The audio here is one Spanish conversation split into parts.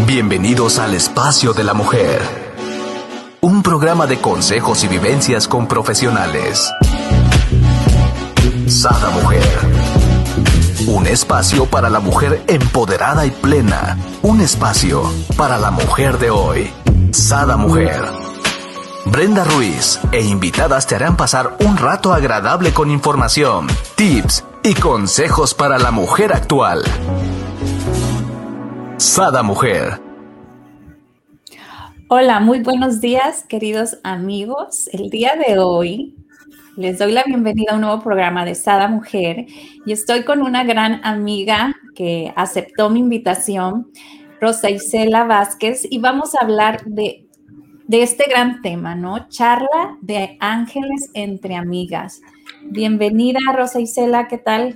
Bienvenidos al Espacio de la Mujer, un programa de consejos y vivencias con profesionales. Sada Mujer, un espacio para la mujer empoderada y plena, un espacio para la mujer de hoy. Sada Mujer. Brenda Ruiz e invitadas te harán pasar un rato agradable con información, tips y consejos para la mujer actual. Sada Mujer. Hola, muy buenos días, queridos amigos. El día de hoy les doy la bienvenida a un nuevo programa de Sada Mujer y estoy con una gran amiga que aceptó mi invitación, Rosa Isela Vázquez, y vamos a hablar de este gran tema, ¿no? Charla de ángeles entre amigas. Bienvenida, Rosa Isela, ¿qué tal?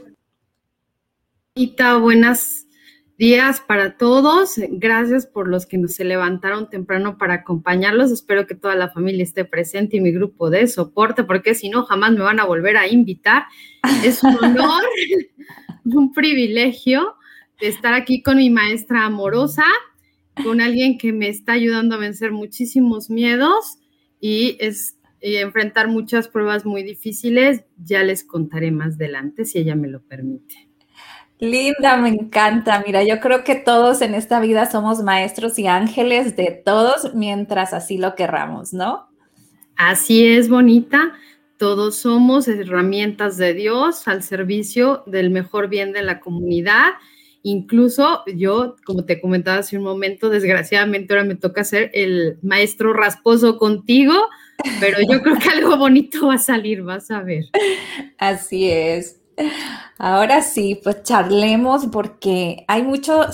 Buenos días para todos. Gracias por los que se levantaron temprano para acompañarlos. Espero que toda la familia esté presente y mi grupo de soporte, porque si no, jamás me van a volver a invitar. Es un honor, un privilegio de estar aquí con mi maestra amorosa, con alguien que me está ayudando a vencer muchísimos miedos y enfrentar muchas pruebas muy difíciles. Ya les contaré más adelante, si ella me lo permite. Linda, me encanta. Mira, yo creo que todos en esta vida somos maestros y ángeles de todos mientras así lo querramos, ¿no? Así es, bonita. Todos somos herramientas de Dios al servicio del mejor bien de la comunidad. Incluso yo, como te comentaba hace un momento, desgraciadamente ahora me toca ser el maestro rasposo contigo, pero yo creo que algo bonito va a salir, vas a ver. Así es. Ahora sí, pues charlemos porque hay mucha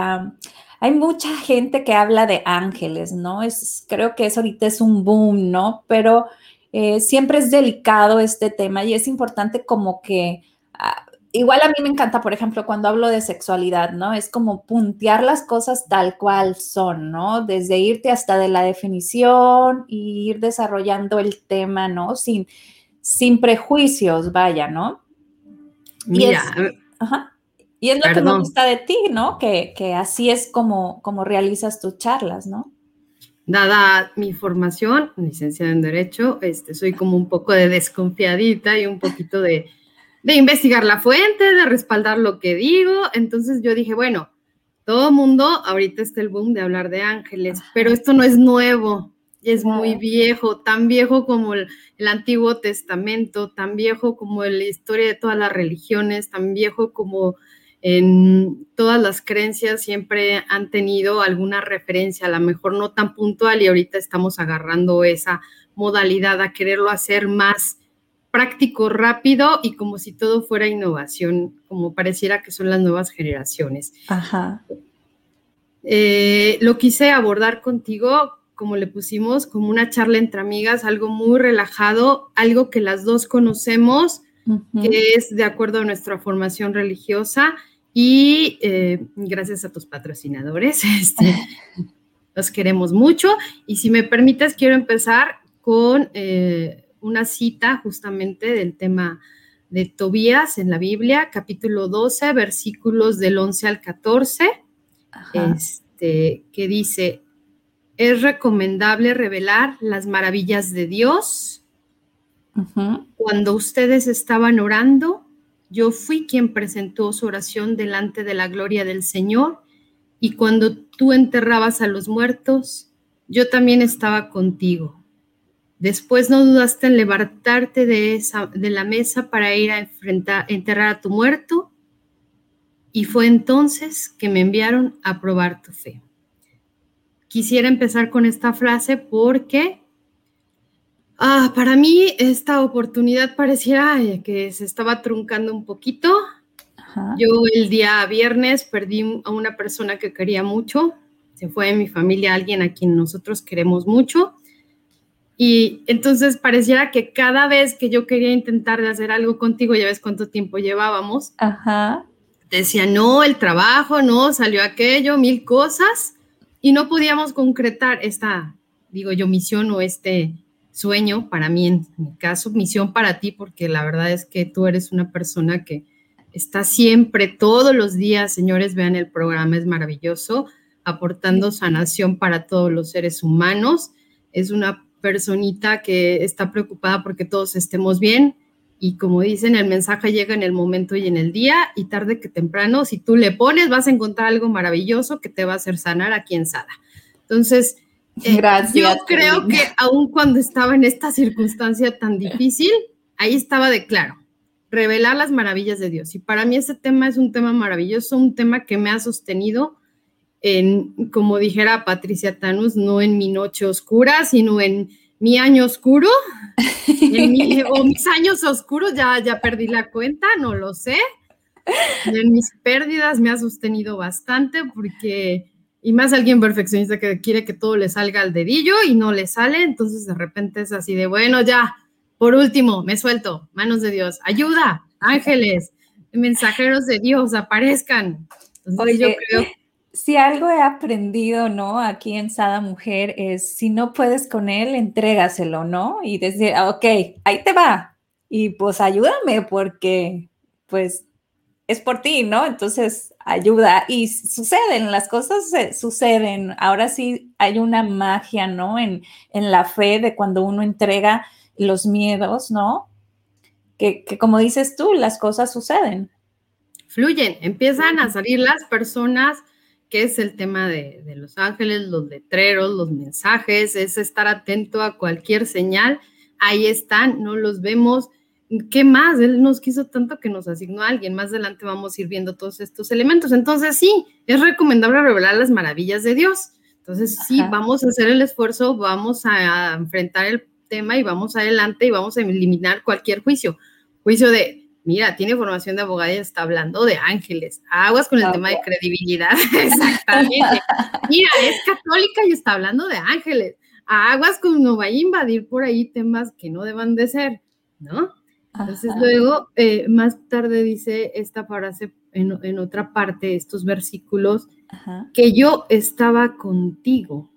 gente que habla de ángeles, ¿no? Creo que eso ahorita es un boom, ¿no? Pero siempre es delicado este tema y es importante como que, igual a mí me encanta, por ejemplo, cuando hablo de sexualidad, ¿no? Es como puntear las cosas tal cual son, ¿no? Desde irte hasta de la definición y ir desarrollando el tema, ¿no? Sin prejuicios, vaya, ¿no? Mira, y es lo que me gusta de ti, ¿no? Que así es como realizas tus charlas, ¿no? Dada mi formación, licenciada en Derecho, soy como un poco de desconfiadita y un poquito de investigar la fuente, de respaldar lo que digo. Entonces yo dije, bueno, todo mundo, ahorita está el boom de hablar de ángeles, pero esto no es nuevo. Es muy viejo, tan viejo como el Antiguo Testamento, tan viejo como la historia de todas las religiones, tan viejo como en todas las creencias siempre han tenido alguna referencia, a lo mejor no tan puntual, y ahorita estamos agarrando esa modalidad a quererlo hacer más práctico, rápido y como si todo fuera innovación, como pareciera que son las nuevas generaciones. Ajá. Lo quise abordar contigo, como le pusimos, como una charla entre amigas, algo muy relajado, algo que las dos conocemos, que es de acuerdo a nuestra formación religiosa y gracias a tus patrocinadores, los queremos mucho. Y si me permites, quiero empezar con una cita justamente del tema de Tobías en la Biblia, capítulo 12, versículos del 11 al 14, que dice: es recomendable revelar las maravillas de Dios. Cuando ustedes estaban orando, yo fui quien presentó su oración delante de la gloria del Señor, y cuando tú enterrabas a los muertos, yo también estaba contigo. Después no dudaste en levantarte de la mesa para ir a enterrar a tu muerto, y fue entonces que me enviaron a probar tu fe. Quisiera empezar con esta frase porque para mí esta oportunidad pareciera que se estaba truncando un poquito. Yo el día viernes perdí a una persona que quería mucho. Se fue de mi familia alguien a quien nosotros queremos mucho. Y entonces pareciera que cada vez que yo quería intentar de hacer algo contigo, ya ves cuánto tiempo llevábamos, decía, no, el trabajo, no, salió aquello, 1000 cosas. Y no podíamos concretar esta, misión o sueño para mí, en mi caso, misión para ti, porque la verdad es que tú eres una persona que está siempre, todos los días, señores, vean el programa, es maravilloso, aportando sanación para todos los seres humanos. Es una personita que está preocupada porque todos estemos bien, y como dicen, el mensaje llega en el momento y en el día, y tarde que temprano, si tú le pones, vas a encontrar algo maravilloso que te va a hacer sanar aquí en Sada. Entonces, gracias, yo creo que aun cuando estaba en esta circunstancia tan difícil, ahí estaba de claro, revelar las maravillas de Dios. Y para mí ese tema es un tema maravilloso, un tema que me ha sostenido en, como dijera Patricia Thanos, no en mi noche oscura, sino en mi año oscuro, o mis años oscuros, ya perdí la cuenta, no lo sé. Y en mis pérdidas me ha sostenido bastante, porque, y más alguien perfeccionista que quiere que todo le salga al dedillo y no le sale, entonces de repente es así de, bueno, ya, por último, me suelto, manos de Dios, ayuda, ángeles, mensajeros de Dios, aparezcan. Entonces oye, yo creo que si algo he aprendido, ¿no? Aquí en Sada Mujer es, si no puedes con él, entrégaselo, ¿no? Y decir, ok, ahí te va. Y pues ayúdame porque, pues, es por ti, ¿no? Entonces, ayuda. Y suceden, las cosas suceden. Ahora sí hay una magia, ¿no? En la fe de cuando uno entrega los miedos, ¿no? Que como dices tú, las cosas suceden. Fluyen, empiezan a salir las personas, que es el tema de los ángeles, los letreros, los mensajes, es estar atento a cualquier señal. Ahí están, no los vemos. ¿Qué más? Él nos quiso tanto que nos asignó a alguien. Más adelante vamos a ir viendo todos estos elementos. Entonces, sí, es recomendable revelar las maravillas de Dios. Entonces, sí, vamos a hacer el esfuerzo, vamos a enfrentar el tema y vamos adelante y vamos a eliminar cualquier juicio. Juicio de, mira, tiene formación de abogada y está hablando de ángeles. Aguas con el tema de credibilidad. Exactamente. Mira, es católica y está hablando de ángeles. Aguas con no vaya a invadir por ahí temas que no deban de ser, ¿no? Entonces luego, más tarde dice esta frase en otra parte, estos versículos, que yo estaba contigo.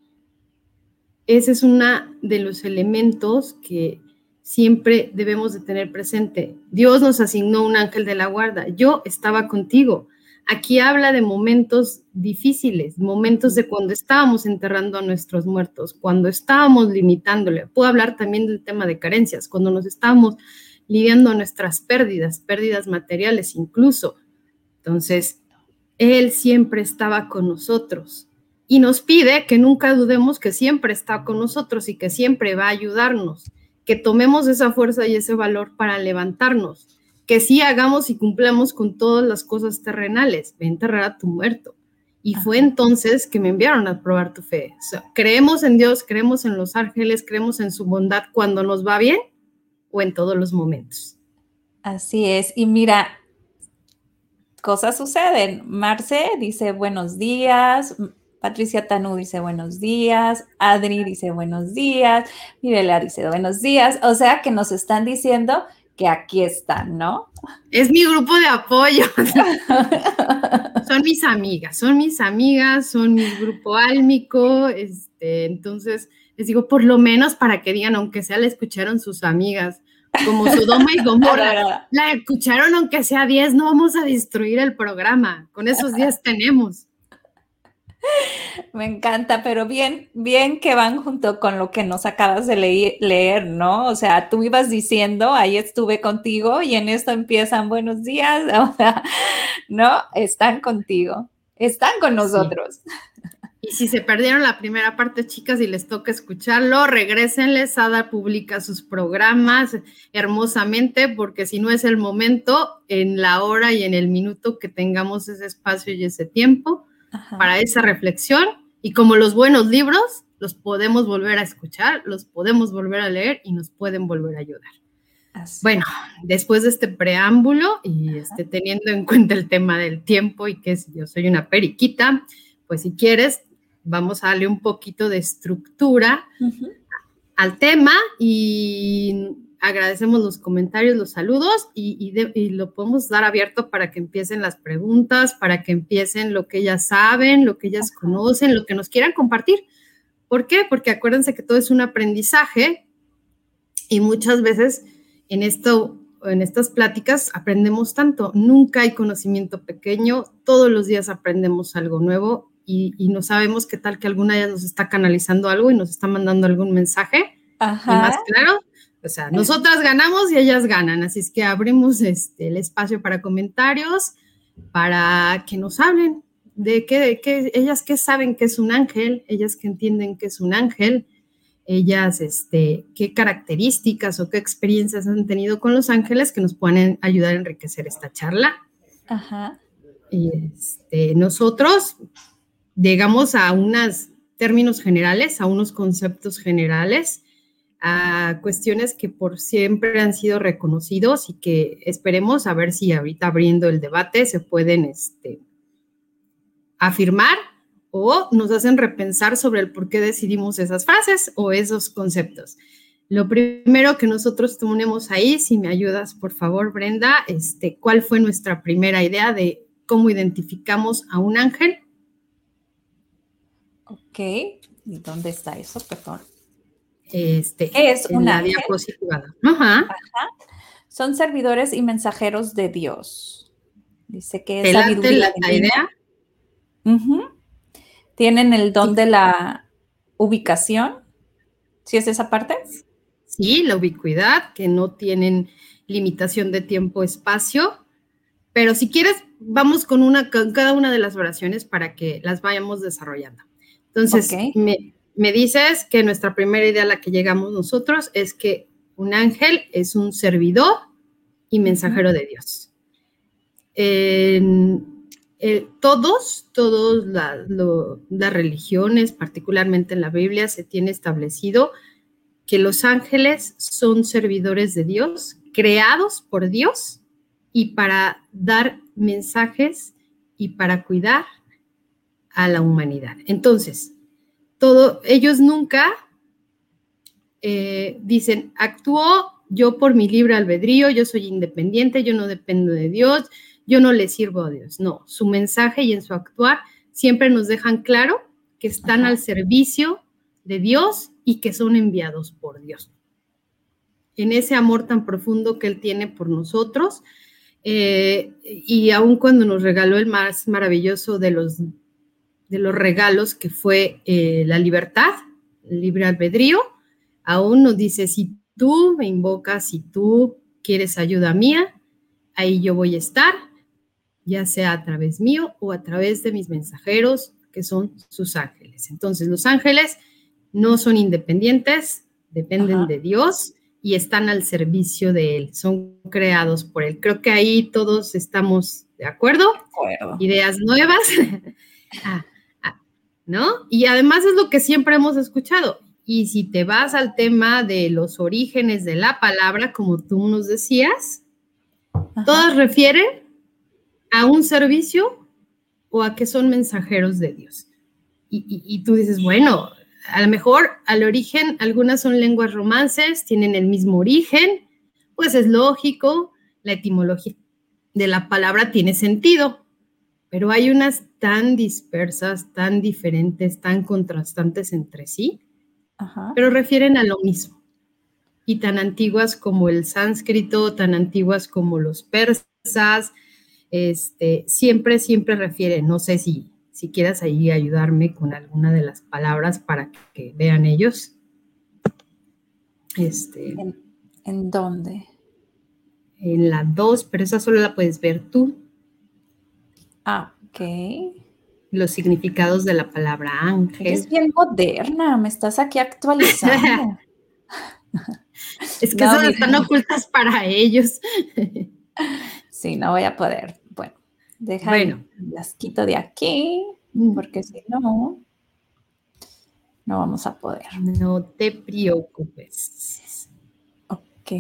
Ese es uno de los elementos que siempre debemos de tener presente. Dios nos asignó un ángel de la guarda. Yo estaba contigo. Aquí habla de momentos difíciles, momentos de cuando estábamos enterrando a nuestros muertos, cuando estábamos limitándole. Puedo hablar también del tema de carencias, cuando nos estábamos lidiando nuestras pérdidas materiales incluso. Entonces, Él siempre estaba con nosotros y nos pide que nunca dudemos que siempre está con nosotros y que siempre va a ayudarnos, que tomemos esa fuerza y ese valor para levantarnos, que sí hagamos y cumplamos con todas las cosas terrenales. Ve a enterrar a tu muerto. Y fue entonces que me enviaron a probar tu fe. O sea, creemos en Dios, creemos en los ángeles, creemos en su bondad cuando nos va bien o en todos los momentos. Así es. Y mira, cosas suceden. Marce dice buenos días, Patricia Tanú dice buenos días, Adri dice buenos días, Mirela dice buenos días. O sea que nos están diciendo que aquí están, ¿no? Es mi grupo de apoyo. Son mis amigas, son mi grupo álmico. Entonces les digo, por lo menos para que digan, aunque sea la escucharon sus amigas, como Sodoma y Gomorra, la escucharon aunque sea 10, no vamos a destruir el programa, con esos 10 tenemos. Me encanta, pero bien que van junto con lo que nos acabas de leer, ¿no? O sea, tú ibas diciendo, ahí estuve contigo y en esto empiezan buenos días, o sea, ¿no? Están contigo, están con nosotros. Sí. Y si se perdieron la primera parte, chicas, y les toca escucharlo, regrésenles. Sada publica sus programas hermosamente, porque si no es el momento, en la hora y en el minuto que tengamos ese espacio y ese tiempo para esa reflexión. Y como los buenos libros, los podemos volver a escuchar, los podemos volver a leer y nos pueden volver a ayudar. Bueno, después de este preámbulo y teniendo en cuenta el tema del tiempo y que yo soy una periquita, pues si quieres, vamos a darle un poquito de estructura al tema y agradecemos los comentarios, los saludos y lo podemos dar abierto para que empiecen las preguntas, para que empiecen lo que ellas saben, lo que ellas conocen, lo que nos quieran compartir. ¿Por qué? Porque acuérdense que todo es un aprendizaje y muchas veces en estas pláticas aprendemos tanto. Nunca hay conocimiento pequeño, todos los días aprendemos algo nuevo y no sabemos qué tal que alguna de ellas nos está canalizando algo y nos está mandando algún mensaje. Ajá. Y más claro, o sea, nosotras ganamos y ellas ganan, así es que abrimos el espacio para comentarios, para que nos hablen de qué ellas que saben que es un ángel, ellas que entienden que es un ángel, ellas qué características o qué experiencias han tenido con los ángeles que nos pueden ayudar a enriquecer esta charla. Ajá. Y nosotros llegamos a unos términos generales, a unos conceptos generales, a cuestiones que por siempre han sido reconocidos y que esperemos a ver si ahorita abriendo el debate se pueden afirmar o nos hacen repensar sobre el por qué decidimos esas frases o esos conceptos. Lo primero que nosotros tenemos ahí, si me ayudas por favor, Brenda, ¿cuál fue nuestra primera idea de cómo identificamos a un ángel? Ok, ¿y dónde está eso, perdón? ¿Qué es un ángel? Diapositiva. Ajá. Ajá. Son servidores y mensajeros de Dios. Dice que es sabiduría la idea. Uh-huh. Tienen el don de la ubicación. ¿Sí es esa parte? Sí, la ubicuidad, que no tienen limitación de tiempo-espacio. Pero si quieres, vamos con cada una de las oraciones para que las vayamos desarrollando. Entonces, okay. me dices que nuestra primera idea a la que llegamos nosotros es que un ángel es un servidor y mensajero de Dios. Todas las religiones, particularmente en la Biblia, se tiene establecido que los ángeles son servidores de Dios, creados por Dios y para dar mensajes y para cuidar a la humanidad. Entonces, ellos nunca dicen, actúo yo por mi libre albedrío, yo soy independiente, yo no dependo de Dios, yo no le sirvo a Dios. No, su mensaje y en su actuar siempre nos dejan claro que están al servicio de Dios y que son enviados por Dios. En ese amor tan profundo que Él tiene por nosotros, y aun cuando nos regaló el más maravilloso de los regalos, que fue la libertad, el libre albedrío, aún nos dice, si tú me invocas, si tú quieres ayuda mía, ahí yo voy a estar, ya sea a través mío o a través de mis mensajeros, que son sus ángeles. Entonces, los ángeles no son independientes, dependen de Dios y están al servicio de Él, son creados por Él. Creo que ahí todos estamos de acuerdo. Ideas nuevas, ¿no? Y además es lo que siempre hemos escuchado. Y si te vas al tema de los orígenes de la palabra, como tú nos decías, todas refieren a un servicio o a que son mensajeros de Dios. Y tú dices, bueno, a lo mejor al origen algunas son lenguas romances, tienen el mismo origen, pues es lógico, la etimología de la palabra tiene sentido, pero hay unas tan dispersas, tan diferentes, tan contrastantes entre sí, pero refieren a lo mismo. Y tan antiguas como el sánscrito, tan antiguas como los persas, siempre refieren, no sé si quieras ahí ayudarme con alguna de las palabras para que vean ellos. ¿En dónde? En la 2, pero esa solo la puedes ver tú. Ok. Los significados de la palabra ángel. Es bien moderna, me estás aquí actualizando. Es que esas están ocultas para ellos. Sí, no voy a poder. Bueno, las quito de aquí, porque si no, no vamos a poder. No te preocupes. Ok.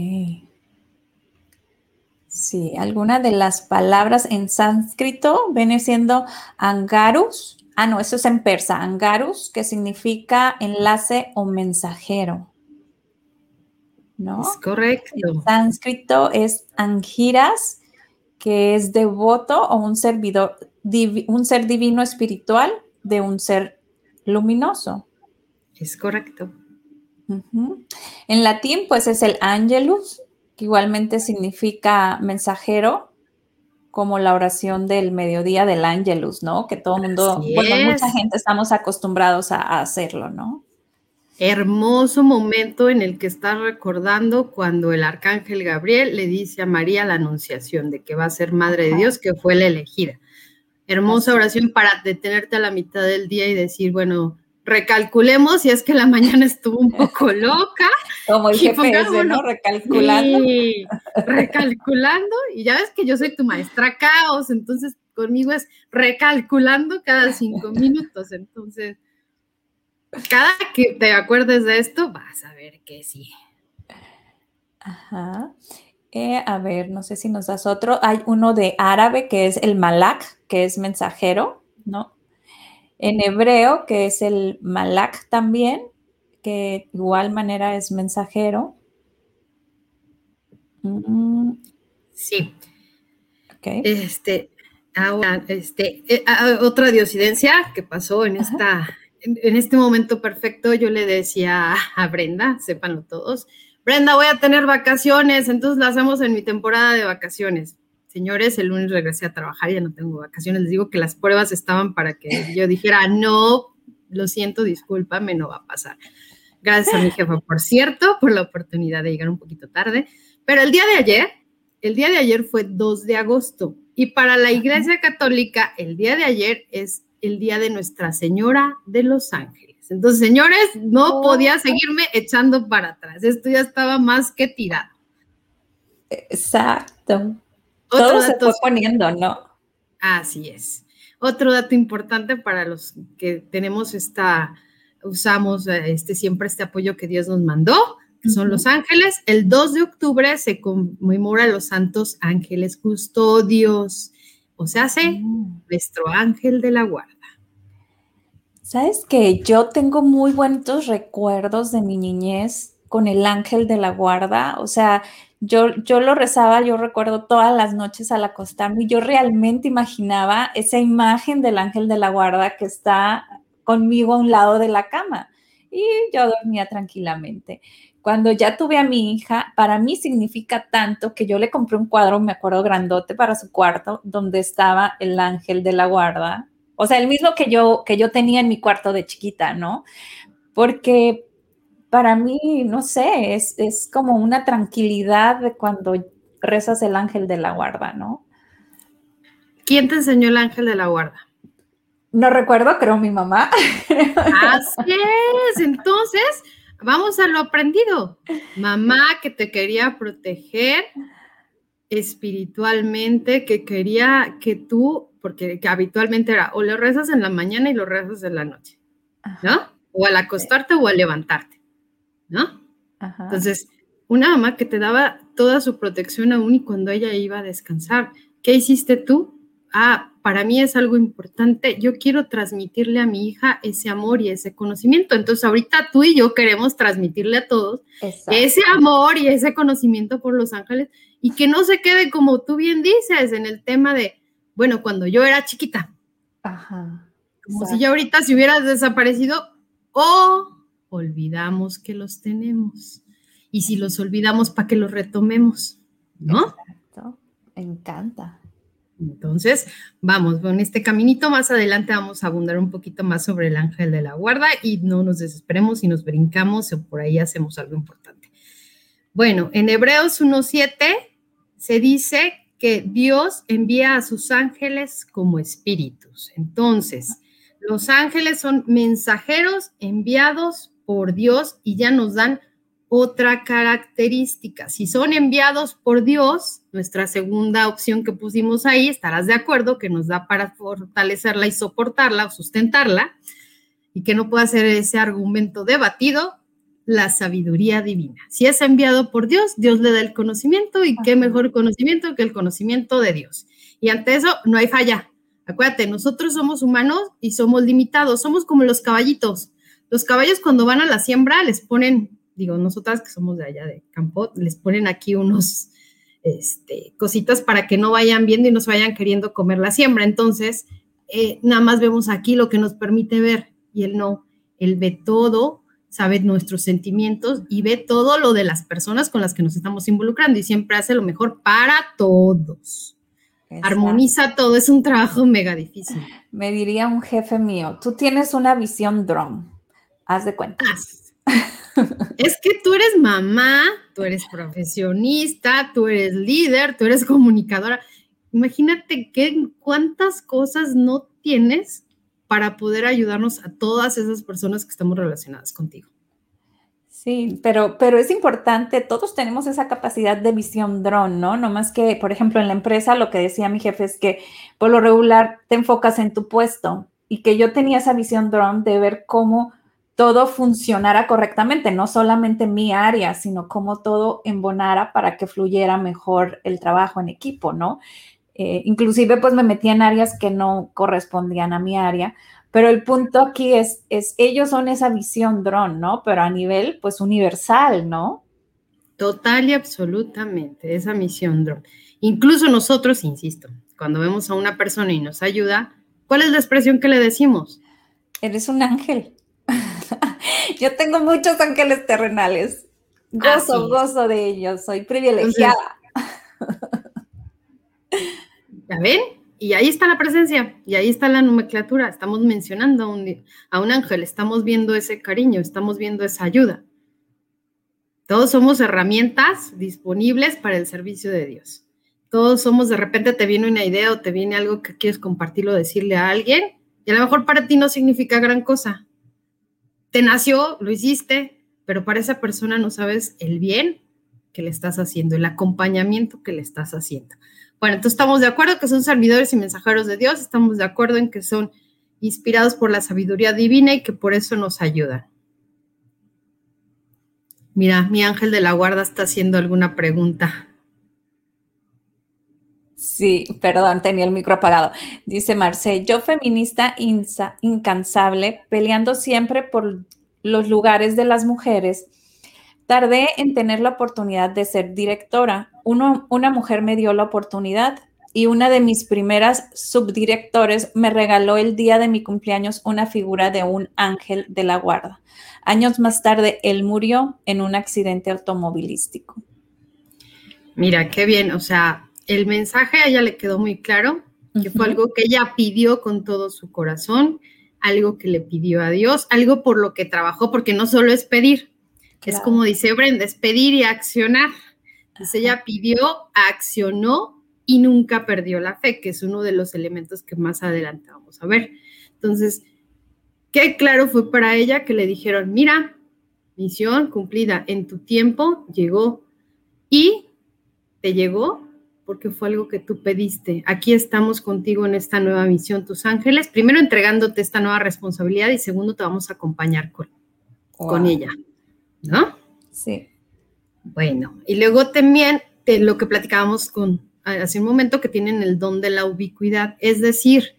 Sí, alguna de las palabras en sánscrito viene siendo angarus. No, eso es en persa. Angarus, que significa enlace o mensajero. ¿No? Es correcto. En sánscrito es angiras, que es devoto o un ser divino espiritual de un ser luminoso. Es correcto. En latín, pues es el angelus, que igualmente significa mensajero, como la oración del mediodía del Ángelus, ¿no? Que todo el mundo, Así bueno, mucha es. gente estamos acostumbrados a hacerlo, ¿no? Hermoso momento en el que estás recordando cuando el arcángel Gabriel le dice a María la anunciación de que va a ser madre de Dios, que fue la elegida. Hermosa oración para detenerte a la mitad del día y decir, bueno, recalculemos si es que la mañana estuvo un poco loca. Como el GPS, ¿no? Recalculando. Sí, recalculando. Y ya ves que yo soy tu maestra caos, entonces conmigo es recalculando cada 5 minutos. Entonces, cada que te acuerdes de esto, vas a ver que sí. Ajá. A ver, no sé si nos das otro. Hay uno de árabe que es el malak, que es mensajero, ¿no? En hebreo, que es el malak también, que de igual manera es mensajero. Sí. Okay. Ahora, otra diosidencia que pasó en este momento perfecto, yo le decía a Brenda, sépanlo todos, Brenda, voy a tener vacaciones, entonces las hacemos en mi temporada de vacaciones. Señores, el lunes regresé a trabajar, ya no tengo vacaciones, les digo que las pruebas estaban para que yo dijera, no, lo siento, discúlpame, no va a pasar. Gracias a mi jefa, por cierto, por la oportunidad de llegar un poquito tarde, pero el día de ayer fue 2 de agosto y para la Iglesia Católica el día de ayer es el día de Nuestra Señora de los Ángeles. Entonces, señores, no podía seguirme echando para atrás. Esto ya estaba más que tirado. Exacto. Todo se fue poniendo, ¿no? Así es. Otro dato importante para los que tenemos usamos siempre este apoyo que Dios nos mandó, que son los ángeles. El 2 de octubre se conmemora a los santos ángeles custodios, o sea, nuestro ángel de la guarda. ¿Sabes qué? Yo tengo muy buenos recuerdos de mi niñez con el ángel de la guarda. O sea, yo lo rezaba, yo recuerdo todas las noches al acostarme y yo realmente imaginaba esa imagen del ángel de la guarda que está conmigo a un lado de la cama y yo dormía tranquilamente. Cuando ya tuve a mi hija, para mí significa tanto que yo le compré un cuadro, me acuerdo, grandote para su cuarto, donde estaba el ángel de la guarda. O sea, el mismo que yo tenía en mi cuarto de chiquita, ¿no? Porque para mí, no sé, es como una tranquilidad de cuando rezas el ángel de la guarda, ¿no? ¿Quién te enseñó el ángel de la guarda? No recuerdo, creo mi mamá. Así es, entonces vamos a lo aprendido. Mamá que te quería proteger espiritualmente, que quería que tú, porque habitualmente era o lo rezas en la mañana y lo rezas en la noche, ¿no? O al acostarte o al levantarte, ¿no? Ajá. Entonces, una mamá que te daba toda su protección aún y cuando ella iba a descansar. ¿Qué hiciste tú? Para mí es algo importante, yo quiero transmitirle a mi hija ese amor y ese conocimiento, entonces ahorita tú y yo queremos transmitirle a todos ese amor y ese conocimiento por los ángeles y que no se quede como tú bien dices en el tema de, bueno, cuando yo era chiquita, como si ya ahorita se hubieras desaparecido o olvidamos que los tenemos y si los olvidamos, ¿para qué los retomemos? ¿No? Exacto, me encanta. Entonces, vamos, en este caminito más adelante vamos a abundar un poquito más sobre el ángel de la guarda y no nos desesperemos si nos brincamos o por ahí hacemos algo importante. Bueno, en Hebreos 1:7 se dice que Dios envía a sus ángeles como espíritus. Entonces, los ángeles son mensajeros enviados por Dios y ya nos dan otra característica. Si son enviados por Dios, nuestra segunda opción que pusimos ahí, estarás de acuerdo que nos da para fortalecerla y soportarla o sustentarla y que no pueda ser ese argumento debatido, la sabiduría divina. Si es enviado por Dios, Dios le da el conocimiento y qué mejor conocimiento que el conocimiento de Dios. Y ante eso no hay falla. Acuérdate, nosotros somos humanos y somos limitados, somos como los caballitos. Los caballos cuando van a la siembra les ponen, digo, nosotras que somos de allá de campo, les ponen aquí unos cositas para que no vayan viendo y no se vayan queriendo comer la siembra. Entonces, nada más vemos aquí lo que nos permite ver y él no, él ve todo, sabe nuestros sentimientos y ve todo lo de las personas con las que nos estamos involucrando y siempre hace lo mejor para todos. armoniza todo, es un trabajo mega difícil. Me diría un jefe mío, tú tienes una visión drone, haz de cuenta. Es que tú eres mamá, tú eres profesionista, tú eres líder, tú eres comunicadora. Imagínate cuántas cosas no tienes para poder ayudarnos a todas esas personas que estamos relacionadas contigo. Sí, pero es importante, todos tenemos esa capacidad de visión drone, ¿no? No más que, por ejemplo, en la empresa lo que decía mi jefe es que por lo regular te enfocas en tu puesto y que yo tenía esa visión drone de ver cómo todo funcionara correctamente, no solamente mi área, sino cómo todo embonara para que fluyera mejor el trabajo en equipo, ¿no? Inclusive pues me metí en áreas que no correspondían a mi área, pero el punto aquí es ellos son esa visión drone, ¿no? Pero a nivel pues universal, ¿no? Total y absolutamente, esa misión drone. Incluso nosotros, insisto, cuando vemos a una persona y nos ayuda, ¿cuál es la expresión que le decimos? Eres un ángel. Yo tengo muchos ángeles terrenales. Gozo de ellos, soy privilegiada. ¿Ya ven? Y ahí está la presencia, y ahí está la nomenclatura. Estamos mencionando a un ángel, estamos viendo ese cariño, estamos viendo esa ayuda. Todos somos herramientas disponibles para el servicio de Dios. Todos somos, de repente te viene una idea o te viene algo que quieres compartirlo, decirle a alguien, y a lo mejor para ti no significa gran cosa. Te nació, lo hiciste, pero para esa persona no sabes el bien que le estás haciendo, el acompañamiento que le estás haciendo. Bueno, entonces estamos de acuerdo que son servidores y mensajeros de Dios, estamos de acuerdo en que son inspirados por la sabiduría divina y que por eso nos ayudan. Mira, mi ángel de la guarda está haciendo alguna pregunta. Sí, perdón, tenía el micro apagado. Dice Marce, yo feminista incansable, peleando siempre por los lugares de las mujeres, tardé en tener la oportunidad de ser directora. Una mujer me dio la oportunidad y una de mis primeras subdirectores me regaló el día de mi cumpleaños una figura de un ángel de la guarda. Años más tarde, él murió en un accidente automovilístico. Mira, qué bien, o sea, el mensaje a ella le quedó muy claro, que fue algo que ella pidió con todo su corazón, algo que le pidió a Dios, algo por lo que trabajó, porque no solo es pedir, claro. Es como dice Brenda, es pedir y accionar. Entonces ella pidió, accionó y nunca perdió la fe, que es uno de los elementos que más adelante vamos a ver. Entonces, qué claro fue para ella que le dijeron, mira, misión cumplida, en tu tiempo llegó y te llegó porque fue algo que tú pediste. Aquí estamos contigo en esta nueva misión, tus ángeles, primero entregándote esta nueva responsabilidad y segundo te vamos a acompañar con ella, ¿no? Sí. Bueno, y luego también de lo que platicábamos hace un momento, que tienen el don de la ubicuidad, es decir,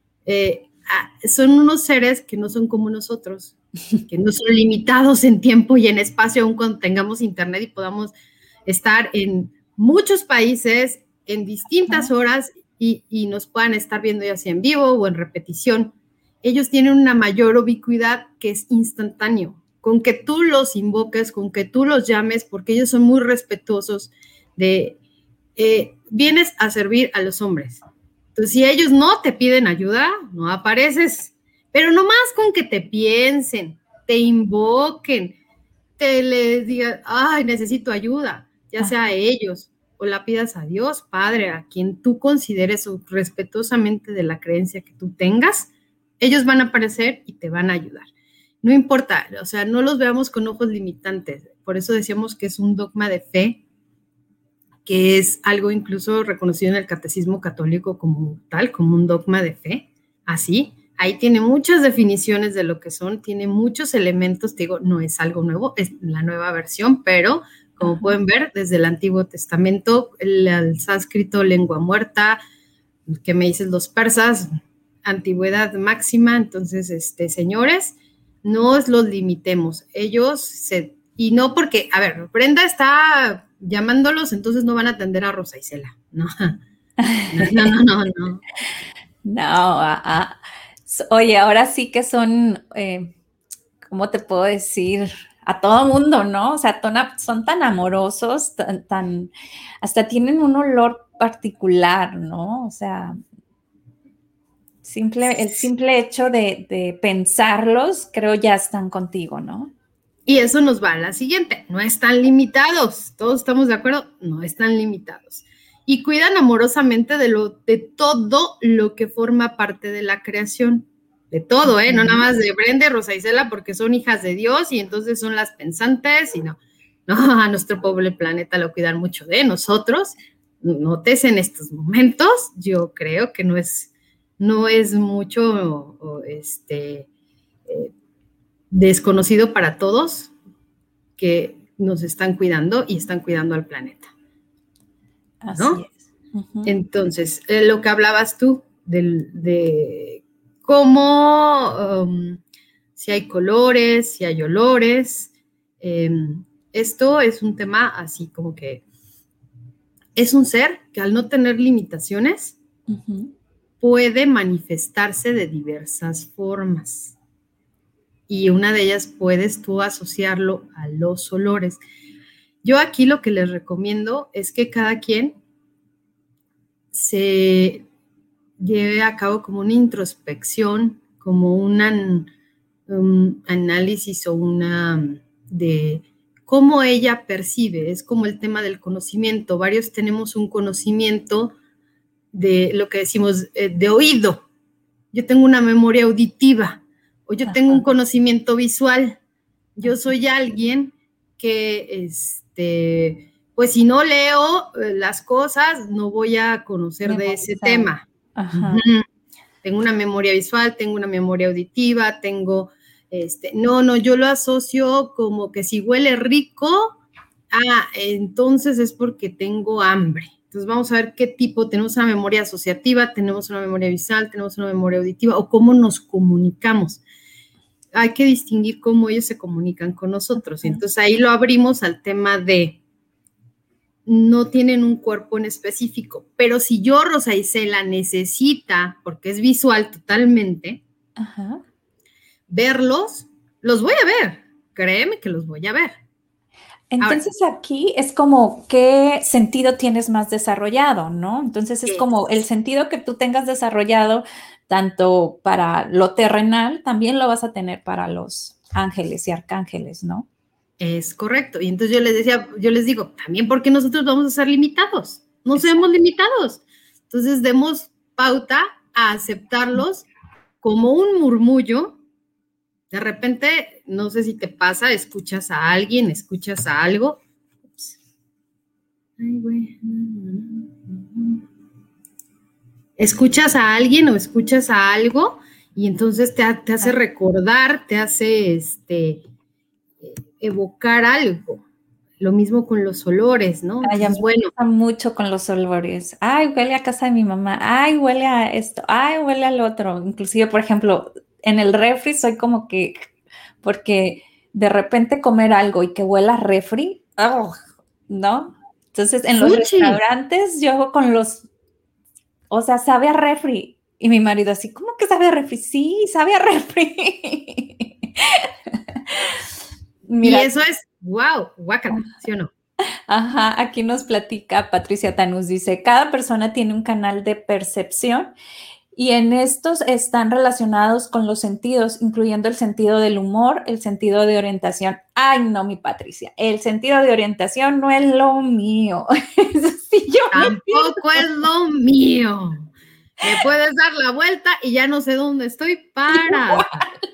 son unos seres que no son como nosotros, que no son limitados en tiempo y en espacio, aun cuando tengamos internet y podamos estar en muchos países en distintas horas y nos puedan estar viendo ya sea en vivo o en repetición. Ellos tienen una mayor ubicuidad que es instantáneo, con que tú los invoques, con que tú los llames, porque ellos son muy respetuosos de, vienes a servir a los hombres. Entonces, si ellos no te piden ayuda, no apareces, pero nomás con que te piensen, te invoquen, te les digan, ay, necesito ayuda, ya sea a ellos, o la pidas a Dios, Padre, a quien tú consideres respetuosamente de la creencia que tú tengas, ellos van a aparecer y te van a ayudar. No importa, o sea, no los veamos con ojos limitantes, por eso decíamos que es un dogma de fe, que es algo incluso reconocido en el catecismo católico como tal, como un dogma de fe, así. Ahí tiene muchas definiciones de lo que son, tiene muchos elementos, te digo, no es algo nuevo, es la nueva versión, pero como pueden ver, desde el Antiguo Testamento, el sánscrito, lengua muerta, que me dicen los persas, antigüedad máxima, entonces, señores, no los limitemos, y no porque, a ver, Brenda está llamándolos, entonces no van a atender a Rosa Isela, no. No, oye, ahora sí que son, ¿cómo te puedo decir? a todo mundo, ¿no? O sea, son tan amorosos, hasta tienen un olor particular, ¿no? O sea, el simple hecho de pensarlos, creo ya están contigo, ¿no? Y eso nos va a la siguiente, no están limitados, todos estamos de acuerdo, no están limitados. Y cuidan amorosamente de todo lo que forma parte de la creación, de todo, no nada más de Brenda y Rosa Isela porque son hijas de Dios y entonces son las pensantes y no, a nuestro pobre planeta lo cuidan mucho de nosotros. Notes en estos momentos, yo creo que no es mucho desconocido para todos que nos están cuidando y están cuidando al planeta, ¿no? Así es. Uh-huh. Entonces, lo que hablabas tú de cómo si hay colores, si hay olores, esto es un tema así como que es un ser que al no tener limitaciones uh-huh. puede manifestarse de diversas formas. Y una de ellas puedes tú asociarlo a los olores. Yo aquí lo que les recomiendo es que cada quien se lleve a cabo como una introspección, como un análisis o de cómo ella percibe. Es como el tema del conocimiento. Varios tenemos un conocimiento de lo que decimos de oído. Yo tengo una memoria auditiva. O yo tengo un conocimiento visual. Yo soy alguien que, pues si no leo las cosas, no voy a conocer de ese tema. Ajá. Tengo una memoria visual, tengo una memoria auditiva, tengo, yo lo asocio como que si huele rico, entonces es porque tengo hambre. Entonces vamos a ver qué tipo, tenemos una memoria asociativa, tenemos una memoria visual, tenemos una memoria auditiva o cómo nos comunicamos. Hay que distinguir cómo ellos se comunican con nosotros. Entonces ahí lo abrimos al tema de no tienen un cuerpo en específico, pero si yo, Rosa Isela, necesita, porque es visual totalmente, ajá. verlos, los voy a ver. Créeme que los voy a ver. Entonces ahora, aquí es como qué sentido tienes más desarrollado, ¿no? Entonces es como el sentido que tú tengas desarrollado tanto para lo terrenal, también lo vas a tener para los ángeles y arcángeles, ¿no? Es correcto. Y entonces yo les digo, también porque nosotros vamos a ser limitados, no seamos limitados. Entonces demos pauta a aceptarlos como un murmullo. De repente, no sé si te pasa, escuchas a alguien, escuchas a algo. Ay, güey. Escuchas a alguien o escuchas a algo y entonces te hace recordar, te hace evocar algo. Lo mismo con los olores, ¿no? Ay, entonces, me gusta mucho con los olores. Ay, huele a casa de mi mamá. Ay, huele a esto. Ay, huele al otro. Inclusive, por ejemplo, en el refri soy como que, porque de repente comer algo y que huela a refri, ¿no? Entonces, en los restaurantes yo con o sea, sabe a refri. Y mi marido así, ¿cómo que sabe a refri? Sí, sabe a refri. Mira, y eso es, wow, guácala, ¿sí o no? Ajá, aquí nos platica Patricia Tanús, dice, cada persona tiene un canal de percepción y en estos están relacionados con los sentidos, incluyendo el sentido del humor, el sentido de orientación. Ay, no, mi Patricia, el sentido de orientación no es lo mío. Sí, tampoco es lo mío. Me puedes dar la vuelta y ya no sé dónde estoy parada.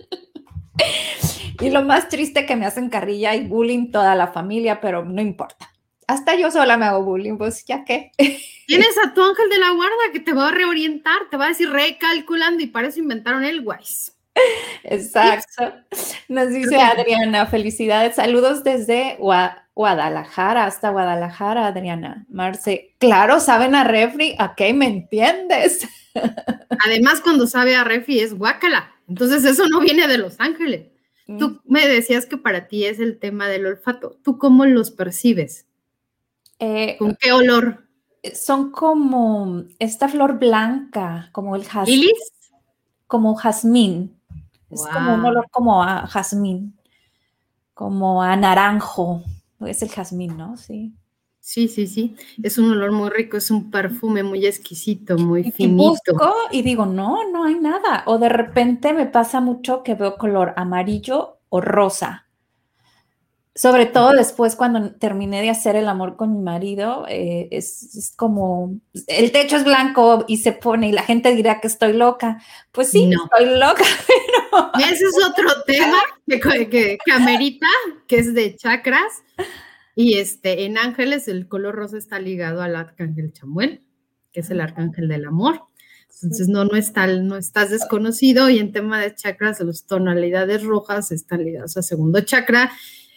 Y lo más triste que me hacen carrilla y bullying toda la familia, pero no importa. Hasta yo sola me hago bullying, pues ya qué. Tienes a tu ángel de la guarda que te va a reorientar, te va a decir recalculando y para eso inventaron el Wise. Exacto. Nos dice Adriana, felicidades, saludos desde Guadalajara, hasta Guadalajara, Adriana. Marce, claro, saben a refri, ¿a qué me entiendes? Además, cuando sabe a refri es guácala, entonces eso no viene de Los Ángeles. Tú me decías que para ti es el tema del olfato. ¿Tú cómo los percibes? ¿Con qué olor? Son como esta flor blanca, como el jazmín. ¿Lilis? Como jazmín. Wow. Es como un olor como a jazmín. como a naranjo. Es el jazmín, ¿no? Sí. Sí. Es un olor muy rico, es un perfume muy exquisito, muy Y finito. busco y digo, no hay nada. O de repente me pasa mucho que veo color amarillo o rosa. Sobre todo después cuando terminé de hacer el amor con mi marido, es como, el techo es blanco y se pone y la gente dirá que estoy loca. Pues sí, No. estoy loca, pero... Ese es otro tema que amerita, que es de chakras. Y en ángeles el color rosa está ligado al arcángel Chamuel, que es el arcángel del amor. Entonces no estás desconocido, y en tema de chakras, las tonalidades rojas están ligadas a segundo chakra.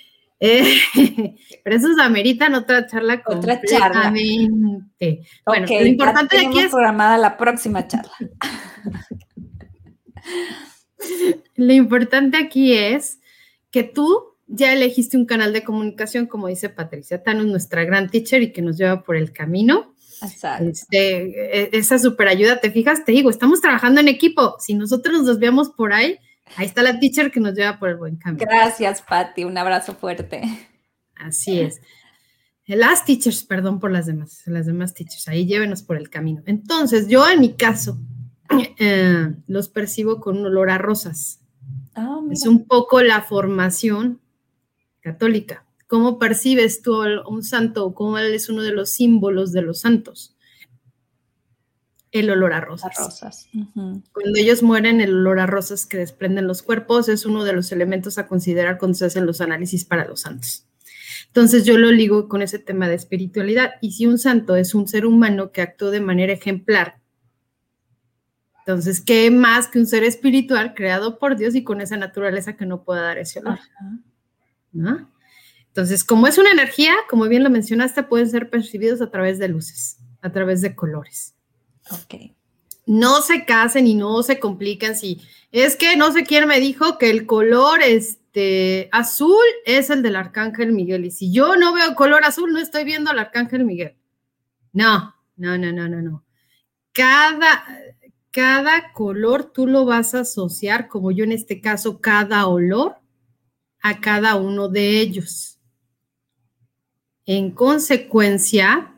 Pero esos ameritan otra charla completamente. Bueno, okay, lo importante de aquí es programada la próxima charla. Lo importante aquí es que tú ya elegiste un canal de comunicación, como dice Patricia Tano, nuestra gran teacher y que nos lleva por el camino. Exacto. Esa super ayuda, te fijas, te digo, estamos trabajando en equipo. Si nosotros nos desviamos por ahí está la teacher que nos lleva por el buen camino. Gracias, Patti, un abrazo fuerte. Así es. Las teachers, perdón por las demás teachers, ahí llévenos por el camino. Entonces, yo en mi caso, los percibo con un olor a rosas. Oh, es un poco la formación católica. ¿Cómo percibes tú un santo? ¿Cómo es uno de los símbolos de los santos? El olor a rosas. Uh-huh. Cuando ellos mueren, el olor a rosas que desprenden los cuerpos es uno de los elementos a considerar cuando se hacen los análisis para los santos. Entonces yo lo ligo con ese tema de espiritualidad. Y si un santo es un ser humano que actuó de manera ejemplar, entonces, ¿qué más que un ser espiritual creado por Dios y con esa naturaleza que no pueda dar ese olor? ¿No? Entonces, como es una energía, como bien lo mencionaste, pueden ser percibidos a través de luces, a través de colores. Ok. No se casen y no se complican si es que no sé quién me dijo que el color azul es el del Arcángel Miguel, y si yo no veo color azul, no estoy viendo al Arcángel Miguel. No. Cada color tú lo vas a asociar, como yo en este caso, cada olor a cada uno de ellos. En consecuencia,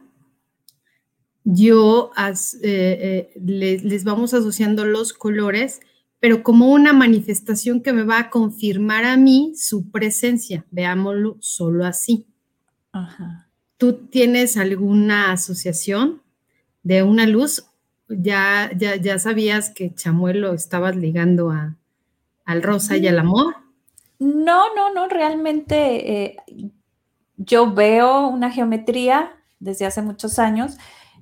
yo les vamos asociando los colores, pero como una manifestación que me va a confirmar a mí su presencia. Veámoslo solo así. Ajá. ¿Tú tienes alguna asociación de una luz? ¿Ya sabías que Chamuel lo estabas ligando al rosa y al amor? No, realmente yo veo una geometría desde hace muchos años,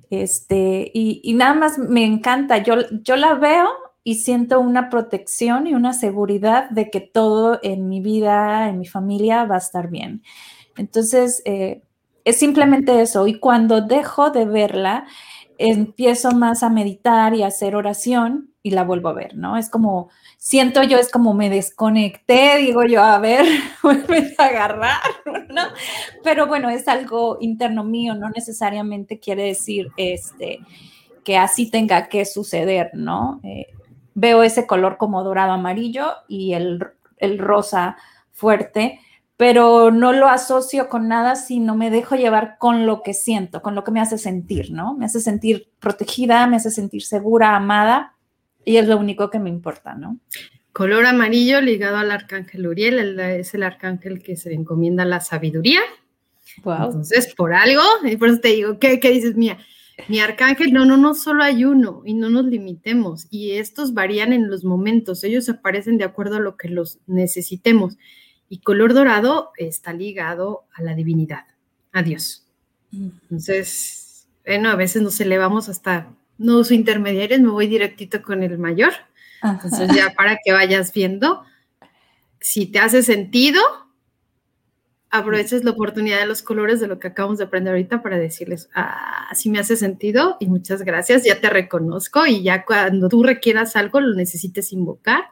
y nada más me encanta, yo la veo y siento una protección y una seguridad de que todo en mi vida, en mi familia va a estar bien. Entonces, es simplemente eso, y cuando dejo de verla, empiezo más a meditar y a hacer oración y la vuelvo a ver, ¿no? Es como, siento yo, es como me desconecté, digo yo, a ver, vuelve a agarrar, ¿no? Pero bueno, es algo interno mío, no necesariamente quiere decir que así tenga que suceder, ¿no? Veo ese color como dorado amarillo y el rosa fuerte, pero no lo asocio con nada, sino me dejo llevar con lo que siento, con lo que me hace sentir, ¿no? Me hace sentir protegida, me hace sentir segura, amada, y es lo único que me importa, ¿no? Color amarillo ligado al arcángel Uriel, es el arcángel que se encomienda la sabiduría. Wow. Entonces, por algo, y por eso te digo, ¿qué dices, mía? Mi arcángel, no solo hay uno, y no nos limitemos, y estos varían en los momentos, ellos aparecen de acuerdo a lo que los necesitemos. Y color dorado está ligado a la divinidad, a Dios. Entonces, bueno, a veces nos elevamos hasta, no uso intermediarios, me voy directito con el mayor. Entonces, ya para que vayas viendo, si te hace sentido, aproveches la oportunidad de los colores de lo que acabamos de aprender ahorita para decirles, sí me hace sentido y muchas gracias, ya te reconozco, y ya cuando tú requieras algo, lo necesites invocar,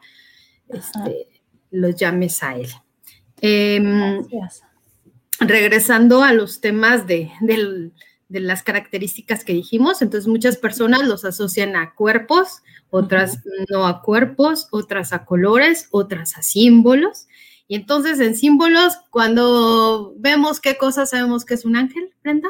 los llames a él. Regresando a los temas de las características que dijimos, entonces muchas personas los asocian a cuerpos, otras no a cuerpos, otras a colores, otras a símbolos, Y entonces en símbolos, cuando vemos qué cosa sabemos que es un ángel, Brenda.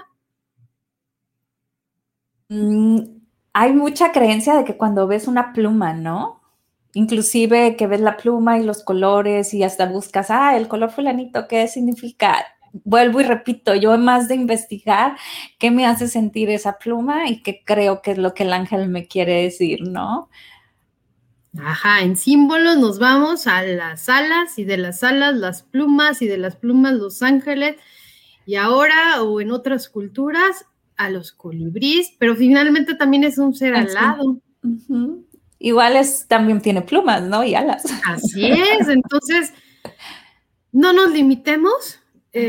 Hay mucha creencia de que cuando ves una pluma, ¿no? Inclusive que ves la pluma y los colores y hasta buscas, el color fulanito, ¿qué significa? Vuelvo y repito, yo más de investigar qué me hace sentir esa pluma y qué creo que es lo que el ángel me quiere decir, ¿no? Ajá, en símbolos nos vamos a las alas y de las alas las plumas y de las plumas los ángeles y ahora o en otras culturas a los colibríes, pero finalmente también es un ser alado. Uh-huh. Igual también tiene plumas, ¿no? Y alas. Así es, entonces no nos limitemos,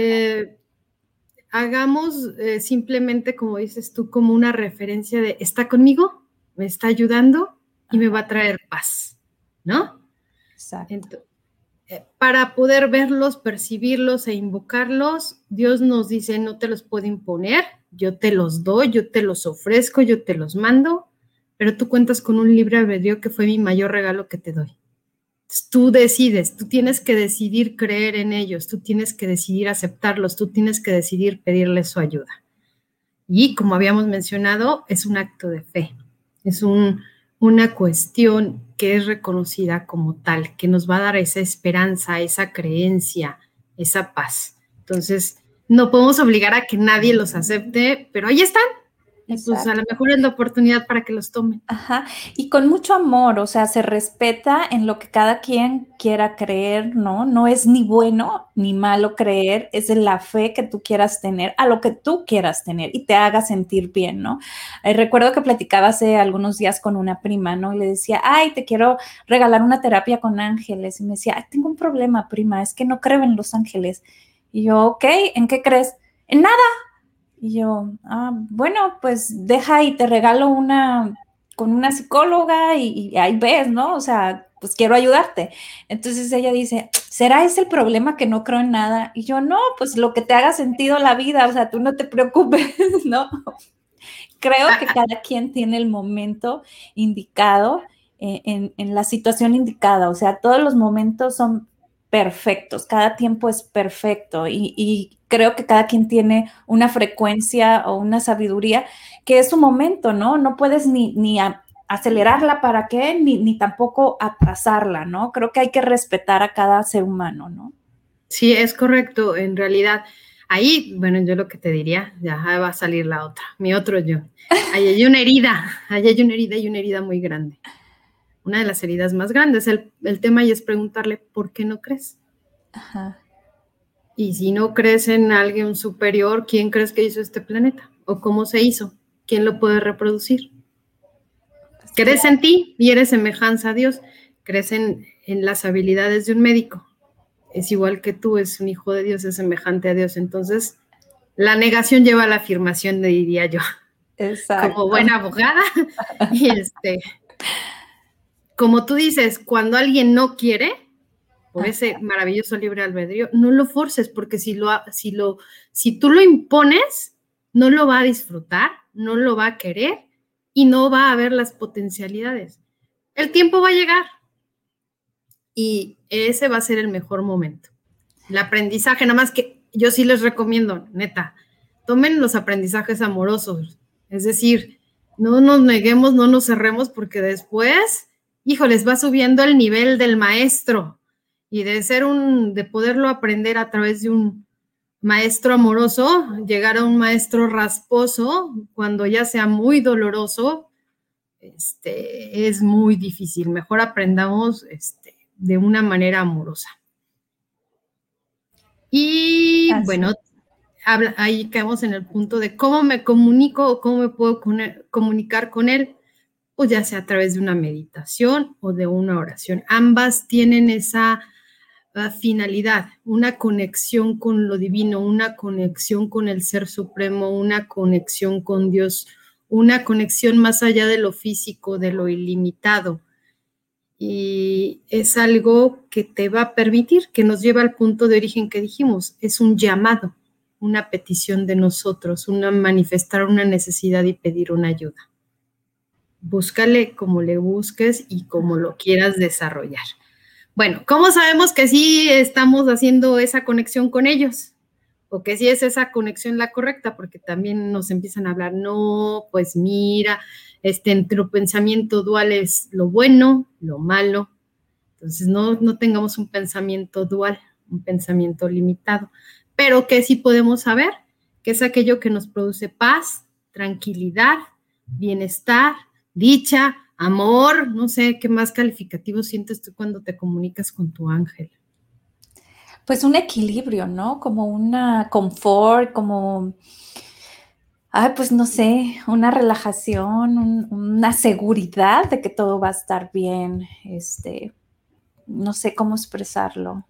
hagamos simplemente, como dices tú, como una referencia de está conmigo, me está ayudando y me va a traer paz, ¿no? Exacto. Entonces, para poder verlos, percibirlos e invocarlos, Dios nos dice, no te los puedo imponer, yo te los doy, yo te los ofrezco, yo te los mando, pero tú cuentas con un libre albedrío que fue mi mayor regalo que te doy. Entonces, tú decides, tú tienes que decidir creer en ellos, tú tienes que decidir aceptarlos, tú tienes que decidir pedirles su ayuda. Y como habíamos mencionado, es un acto de fe, es una cuestión que es reconocida como tal, que nos va a dar esa esperanza, esa creencia, esa paz. Entonces, no podemos obligar a que nadie los acepte, pero ahí están. Y pues a lo mejor es la oportunidad para que los tomen. Ajá, y con mucho amor, o sea, se respeta en lo que cada quien quiera creer, ¿no? No es ni bueno ni malo creer, es en la fe que tú quieras tener, a lo que tú quieras tener y te haga sentir bien, ¿no? Recuerdo que platicaba hace algunos días con una prima, ¿no? Y le decía, te quiero regalar una terapia con ángeles. Y me decía, tengo un problema, prima, es que no creo en los ángeles. Y yo, ok, ¿en qué crees? En nada. Y yo, bueno, pues deja y te regalo con una psicóloga y ahí ves, ¿no? O sea, pues quiero ayudarte. Entonces ella dice, ¿será ese el problema que no creo en nada? Y yo, no, pues lo que te haga sentido la vida, o sea, tú no te preocupes, ¿no? Creo que cada quien tiene el momento indicado en la situación indicada, o sea, todos los momentos son perfectos, cada tiempo es perfecto y creo que cada quien tiene una frecuencia o una sabiduría que es su momento, ¿no? No puedes ni acelerarla para qué, ni tampoco atrasarla, ¿no? Creo que hay que respetar a cada ser humano, ¿no? Sí, es correcto, en realidad. Ahí, bueno, yo lo que te diría, ya va a salir la otra, mi otro yo. Ahí hay una herida y una herida muy grande. Una de las heridas más grandes. El tema y es preguntarle, ¿por qué no crees? Ajá. Y si no crees en alguien superior, ¿quién crees que hizo este planeta? ¿O cómo se hizo? ¿Quién lo puede reproducir? ¿Crees en ti y eres semejanza a Dios? ¿Crees en las habilidades de un médico? Es igual que tú, es un hijo de Dios, es semejante a Dios. Entonces, la negación lleva a la afirmación, diría yo. Exacto. Como buena abogada. Y como tú dices, cuando alguien no quiere, por ese maravilloso libre albedrío, no lo forces, porque si tú lo impones, no lo va a disfrutar, no lo va a querer y no va a ver las potencialidades. El tiempo va a llegar y ese va a ser el mejor momento. El aprendizaje, nada más que yo sí les recomiendo, neta, tomen los aprendizajes amorosos, es decir, no nos neguemos, no nos cerremos, porque después, híjoles, va subiendo el nivel del maestro. Y de poderlo aprender a través de un maestro amoroso, llegar a un maestro rasposo, cuando ya sea muy doloroso, es muy difícil. Mejor aprendamos de una manera amorosa. Y bueno, ahí caemos en el punto de cómo me comunico o cómo me puedo comunicar con él, pues ya sea a través de una meditación o de una oración. Ambas tienen esa finalidad, una conexión con lo divino, una conexión con el Ser Supremo, una conexión con Dios, una conexión más allá de lo físico, de lo ilimitado. Y es algo que te va a permitir, que nos lleva al punto de origen que dijimos, es un llamado, una petición de nosotros, manifestar una necesidad y pedir una ayuda. Búscale como le busques y como lo quieras desarrollar. Bueno, ¿cómo sabemos que sí estamos haciendo esa conexión con ellos? O que sí es esa conexión la correcta, porque también nos empiezan a hablar, no, pues mira, entre pensamiento dual es lo bueno, lo malo. Entonces, no tengamos un pensamiento dual, un pensamiento limitado, pero que sí podemos saber que es aquello que nos produce paz, tranquilidad, bienestar, dicha, amor, no sé, ¿qué más calificativo sientes tú cuando te comunicas con tu ángel? Pues un equilibrio, ¿no? Como una confort, como, ay, pues no sé, una relajación, una seguridad de que todo va a estar bien, no sé cómo expresarlo.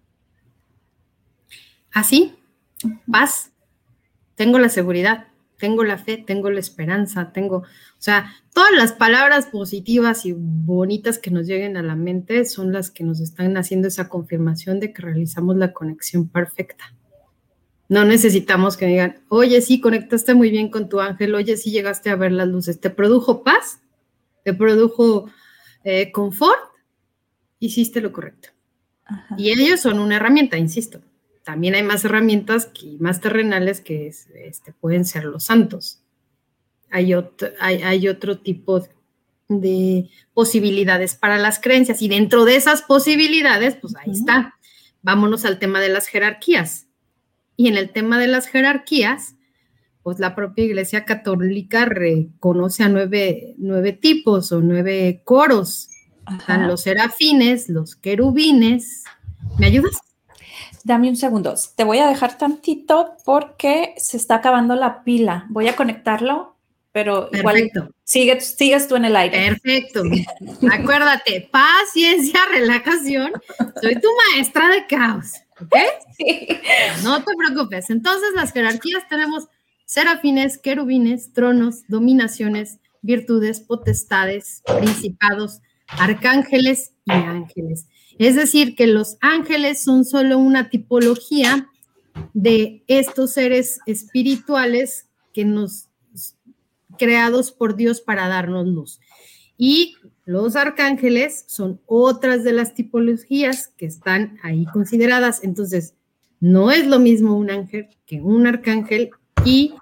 Así, paz, tengo la seguridad, tengo la fe, tengo la esperanza, o sea, todas las palabras positivas y bonitas que nos lleguen a la mente son las que nos están haciendo esa confirmación de que realizamos la conexión perfecta. No necesitamos que me digan, oye, sí, conectaste muy bien con tu ángel, oye, sí llegaste a ver las luces, ¿te produjo paz? ¿Te produjo confort? Hiciste lo correcto. Ajá. Y ellos son una herramienta, insisto. También hay más herramientas más terrenales que pueden ser los santos. Hay otro tipo de posibilidades para las creencias y dentro de esas posibilidades, pues ahí está. Vámonos al tema de las jerarquías. Y en el tema de las jerarquías, pues la propia Iglesia Católica reconoce a nueve tipos o 9 coros. Ajá. Están los serafines, los querubines. ¿Me ayudas? Dame un segundo. Te voy a dejar tantito porque se está acabando la pila. Voy a conectarlo, pero perfecto. Igual sigues tú en el aire. Perfecto. Sí. Acuérdate, paciencia, relajación. Soy tu maestra de caos, ¿ok? Sí. No te preocupes. Entonces, las jerarquías tenemos serafines, querubines, tronos, dominaciones, virtudes, potestades, principados, arcángeles y ángeles. Es decir, que los ángeles son solo una tipología de estos seres espirituales que nos creados por Dios para darnos luz. Y los arcángeles son otras de las tipologías que están ahí consideradas. Entonces, no es lo mismo un ángel que un arcángel y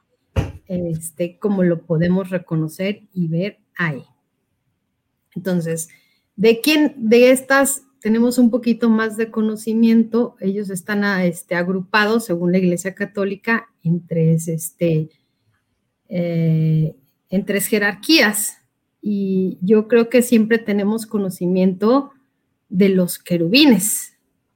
como lo podemos reconocer y ver ahí. Entonces, de estas tenemos un poquito más de conocimiento. Ellos están agrupados, según la Iglesia Católica, en tres jerarquías. Y yo creo que siempre tenemos conocimiento de los querubines.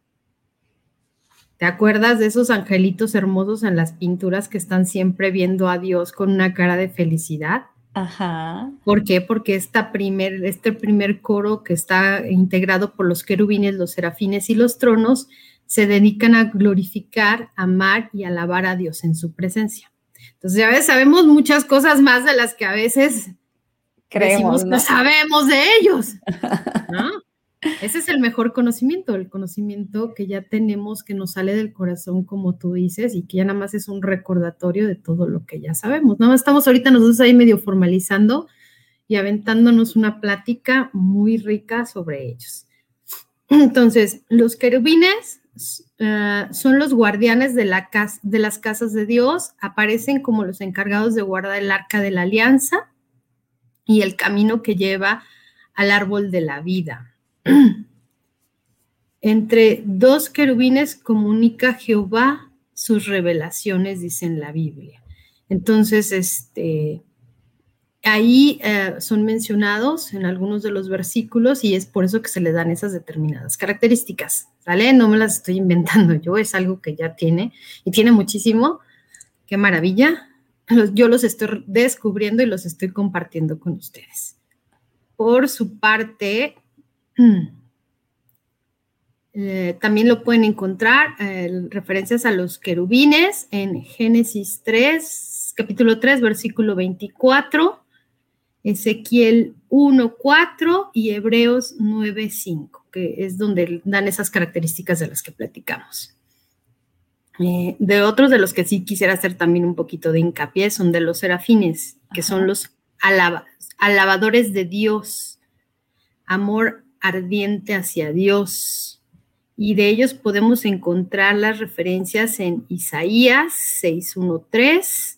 ¿Te acuerdas de esos angelitos hermosos en las pinturas que están siempre viendo a Dios con una cara de felicidad? Ajá. ¿Por qué? Porque este primer coro que está integrado por los querubines, los serafines y los tronos se dedican a glorificar, amar y alabar a Dios en su presencia. Entonces, ya ves, sabemos muchas cosas más de las que a veces decimos, ¿no? Que sabemos de ellos, ¿no? Ese es el mejor conocimiento, el conocimiento que ya tenemos, que nos sale del corazón, como tú dices, y que ya nada más es un recordatorio de todo lo que ya sabemos. Nada más estamos ahorita nosotros ahí medio formalizando y aventándonos una plática muy rica sobre ellos. Entonces, los querubines son los guardianes de las casas de Dios, aparecen como los encargados de guardar el arca de la alianza y el camino que lleva al árbol de la vida. Entre 2 querubines comunica Jehová sus revelaciones, dice en la Biblia. Entonces, ahí son mencionados en algunos de los versículos y es por eso que se le dan esas determinadas características, ¿sale? No me las estoy inventando yo, es algo que ya tiene y tiene muchísimo. ¡Qué maravilla! Yo los estoy descubriendo y los estoy compartiendo con ustedes. Por su parte, también lo pueden encontrar referencias a los querubines en Génesis 3, capítulo 3, versículo 24, Ezequiel 1:4 y Hebreos 9:5, que es donde dan esas características de las que platicamos. De otros de los que sí quisiera hacer también un poquito de hincapié son de los serafines, que son los alabadores de Dios, amor ardiente hacia Dios. y de ellos podemos encontrar las referencias en Isaías 6:1-3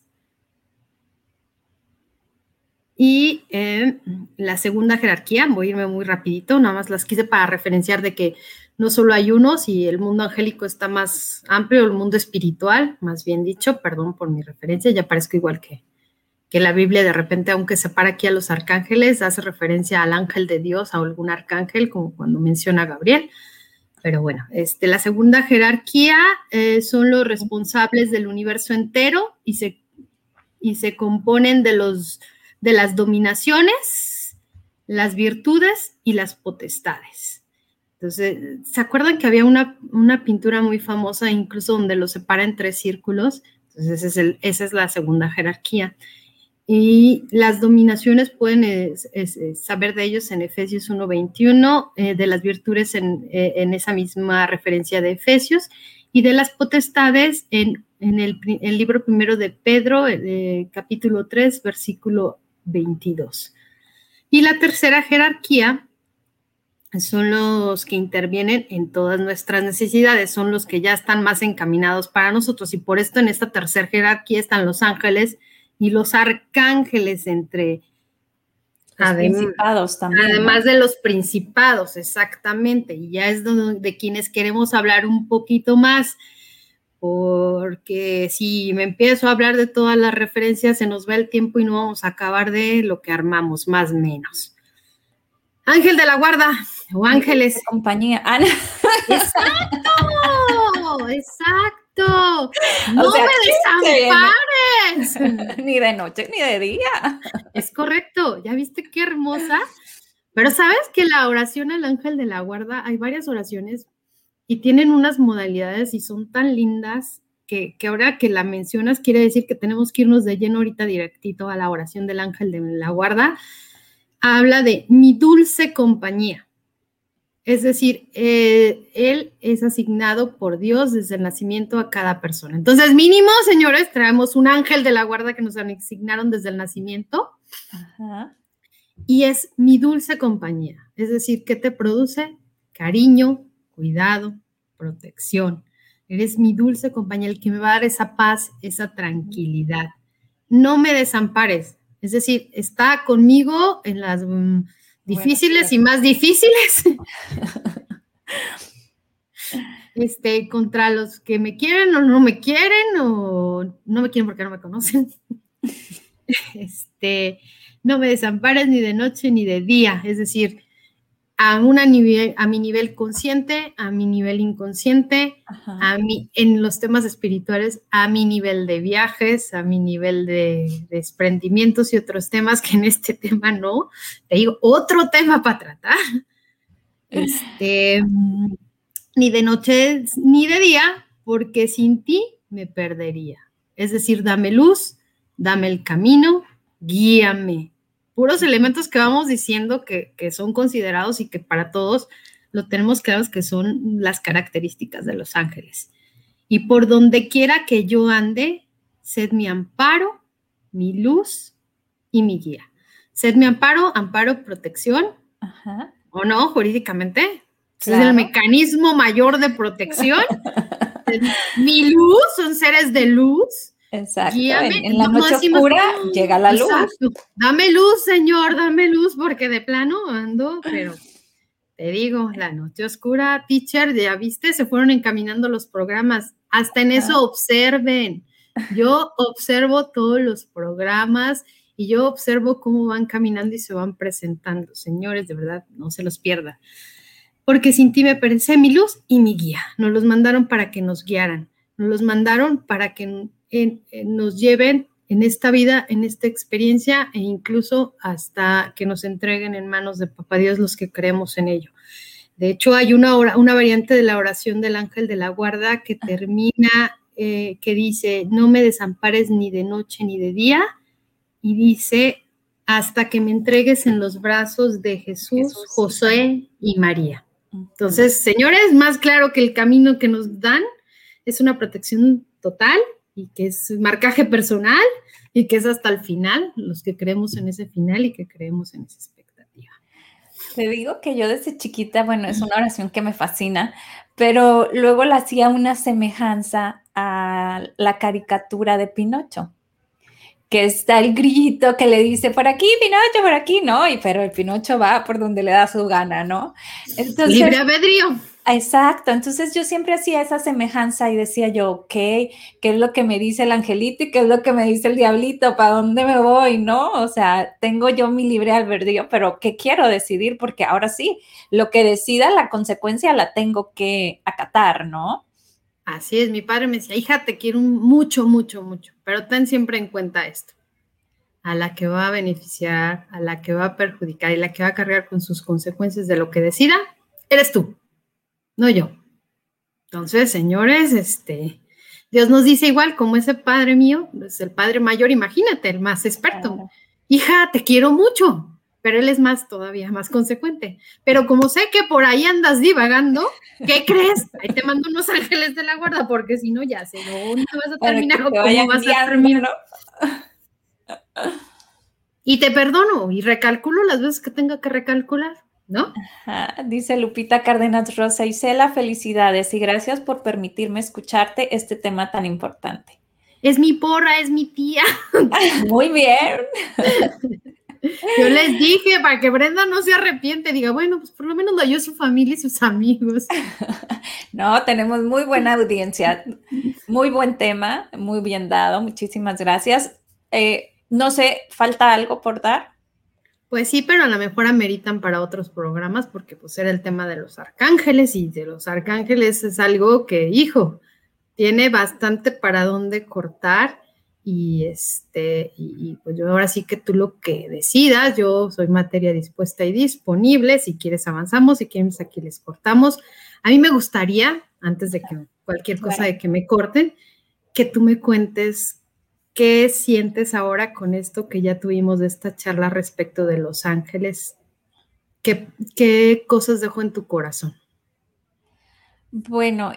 y la segunda jerarquía. Voy a irme muy rapidito, nada más las quise para referenciar de que no solo hay unos y el mundo angélico está más amplio, el mundo espiritual, más bien dicho, perdón por mi referencia, ya parezco igual que la Biblia de repente, aunque separa aquí a los arcángeles, hace referencia al ángel de Dios, a algún arcángel, como cuando menciona a Gabriel. Pero bueno, la segunda jerarquía son los responsables del universo entero y se componen de las dominaciones, las virtudes y las potestades. Entonces, ¿se acuerdan que había una pintura muy famosa, incluso donde los separa en 3 círculos? Entonces, esa es la segunda jerarquía. Y las dominaciones pueden saber de ellos en Efesios 1:21, de las virtudes en esa misma referencia de Efesios, y de las potestades en el libro primero de Pedro, capítulo 3, versículo 22. Y la tercera jerarquía son los que intervienen en todas nuestras necesidades, son los que ya están más encaminados para nosotros, y por esto en esta tercera jerarquía están los ángeles y los arcángeles entre los principados también. Además, ¿no?, de los principados, exactamente, y ya es de quienes queremos hablar un poquito más, porque si me empiezo a hablar de todas las referencias se nos va el tiempo y no vamos a acabar de lo que armamos, más o menos. Ángel de la guarda, o ángeles. De compañía. ¡Exacto! ¡Exacto! ¡No me desampares! Ni de noche ni de día. Es correcto. ¿Ya viste qué hermosa? Pero ¿sabes que la oración al ángel de la guarda, hay varias oraciones y tienen unas modalidades y son tan lindas que ahora que la mencionas quiere decir que tenemos que irnos de lleno ahorita directito a la oración del ángel de la guarda? Habla de mi dulce compañía. Es decir, él es asignado por Dios desde el nacimiento a cada persona. Entonces, mínimo, señores, traemos un ángel de la guarda que nos asignaron desde el nacimiento. Ajá. Y es mi dulce compañía. Es decir, ¿qué te produce? Cariño, cuidado, protección. Eres mi dulce compañía, el que me va a dar esa paz, esa tranquilidad. No me desampares. Es decir, está conmigo en las difíciles y más difíciles. Contra los que me quieren o no me quieren, o no me quieren porque no me conocen. No me desampares ni de noche ni de día. Es decir, a mi nivel consciente, a mi nivel inconsciente, en los temas espirituales, a mi nivel de viajes, a mi nivel de desprendimientos y otros temas que en este tema no. Te digo, otro tema para tratar. Ni de noche ni de día, porque sin ti me perdería. Es decir, dame luz, dame el camino, guíame. Puros elementos que vamos diciendo que son considerados y que para todos lo tenemos claros que son las características de los ángeles. Y por donde quiera que yo ande, sed mi amparo, mi luz y mi guía. Sed mi amparo, protección. Ajá. ¿O no? Jurídicamente. Claro. Es el mecanismo mayor de protección. Mi luz, son seres de luz. Exacto. Guíame. En la noche oscura llega la luz. Exacto. Dame luz, Señor, dame luz, porque de plano ando, pero te digo, la noche oscura, teacher, ya viste, se fueron encaminando los programas. Hasta en eso observen. Yo observo todos los programas y yo observo cómo van caminando y se van presentando. Señores, de verdad, no se los pierdan. Porque sin ti me perece mi luz y mi guía. Nos los mandaron para que nos guiaran. Nos los mandaron para que nos lleven en esta vida, en esta experiencia e incluso hasta que nos entreguen en manos de Papá Dios los que creemos en ello. De hecho, hay una variante de la oración del ángel de la guarda que termina, que dice, no me desampares ni de noche ni de día, y dice, hasta que me entregues en los brazos de Jesús, José y María. Entonces, señores, más claro que el camino que nos dan es una protección total y que es marcaje personal y que es hasta el final, los que creemos en ese final y que creemos en esa expectativa. Te digo que yo desde chiquita, bueno, es una oración que me fascina, pero luego la hacía una semejanza a la caricatura de Pinocho, que está el grillito que le dice, por aquí, Pinocho, por aquí, ¿no? Pero el Pinocho va por donde le da su gana, ¿no? Entonces, libre albedrío. exacto, entonces yo siempre hacía esa semejanza y decía yo, ok, ¿qué es lo que me dice el angelito y qué es lo que me dice el diablito? ¿Para dónde me voy? ¿No? O sea, tengo yo mi libre albedrío, pero ¿qué quiero decidir? Porque ahora sí, lo que decida, la consecuencia la tengo que acatar, ¿no? Así es, mi padre me decía, hija, te quiero mucho, mucho, mucho, pero ten siempre en cuenta esto. A la que va a beneficiar, a la que va a perjudicar y la que va a cargar con sus consecuencias de lo que decida, eres tú, no yo. Entonces, señores, Dios nos dice igual como ese padre mío, es el padre mayor, imagínate, el más experto. Claro. Hija, te quiero mucho, pero él es todavía más consecuente. Pero como sé que por ahí andas divagando, ¿qué crees? Ahí te mando unos ángeles de la guarda, porque si no, ya sé dónde vas a terminar o cómo vas a terminar. ¿No? Y te perdono y recalculo las veces que tenga que recalcular, ¿no? Ajá. Dice Lupita Cárdenas Rosa Isela, felicidades y gracias por permitirme escucharte este tema tan importante. Es mi porra, es mi tía. Muy bien. Yo les dije, para que Brenda no se arrepiente, diga, bueno, pues por lo menos lo oyó su familia y sus amigos. No, tenemos muy buena audiencia, muy buen tema, muy bien dado, muchísimas gracias. No sé, ¿falta algo por dar? Pues sí, pero a lo mejor ameritan para otros programas porque pues era el tema de los arcángeles y de los arcángeles es algo que, hijo, tiene bastante para dónde cortar y pues yo ahora sí que tú lo que decidas, yo soy materia dispuesta y disponible, si quieres avanzamos, si quieres aquí les cortamos. A mí me gustaría, antes de que cualquier cosa de que me corten, que tú me cuentes qué sientes ahora con esto que ya tuvimos de esta charla respecto de los ángeles, qué cosas dejó en tu corazón. Bueno,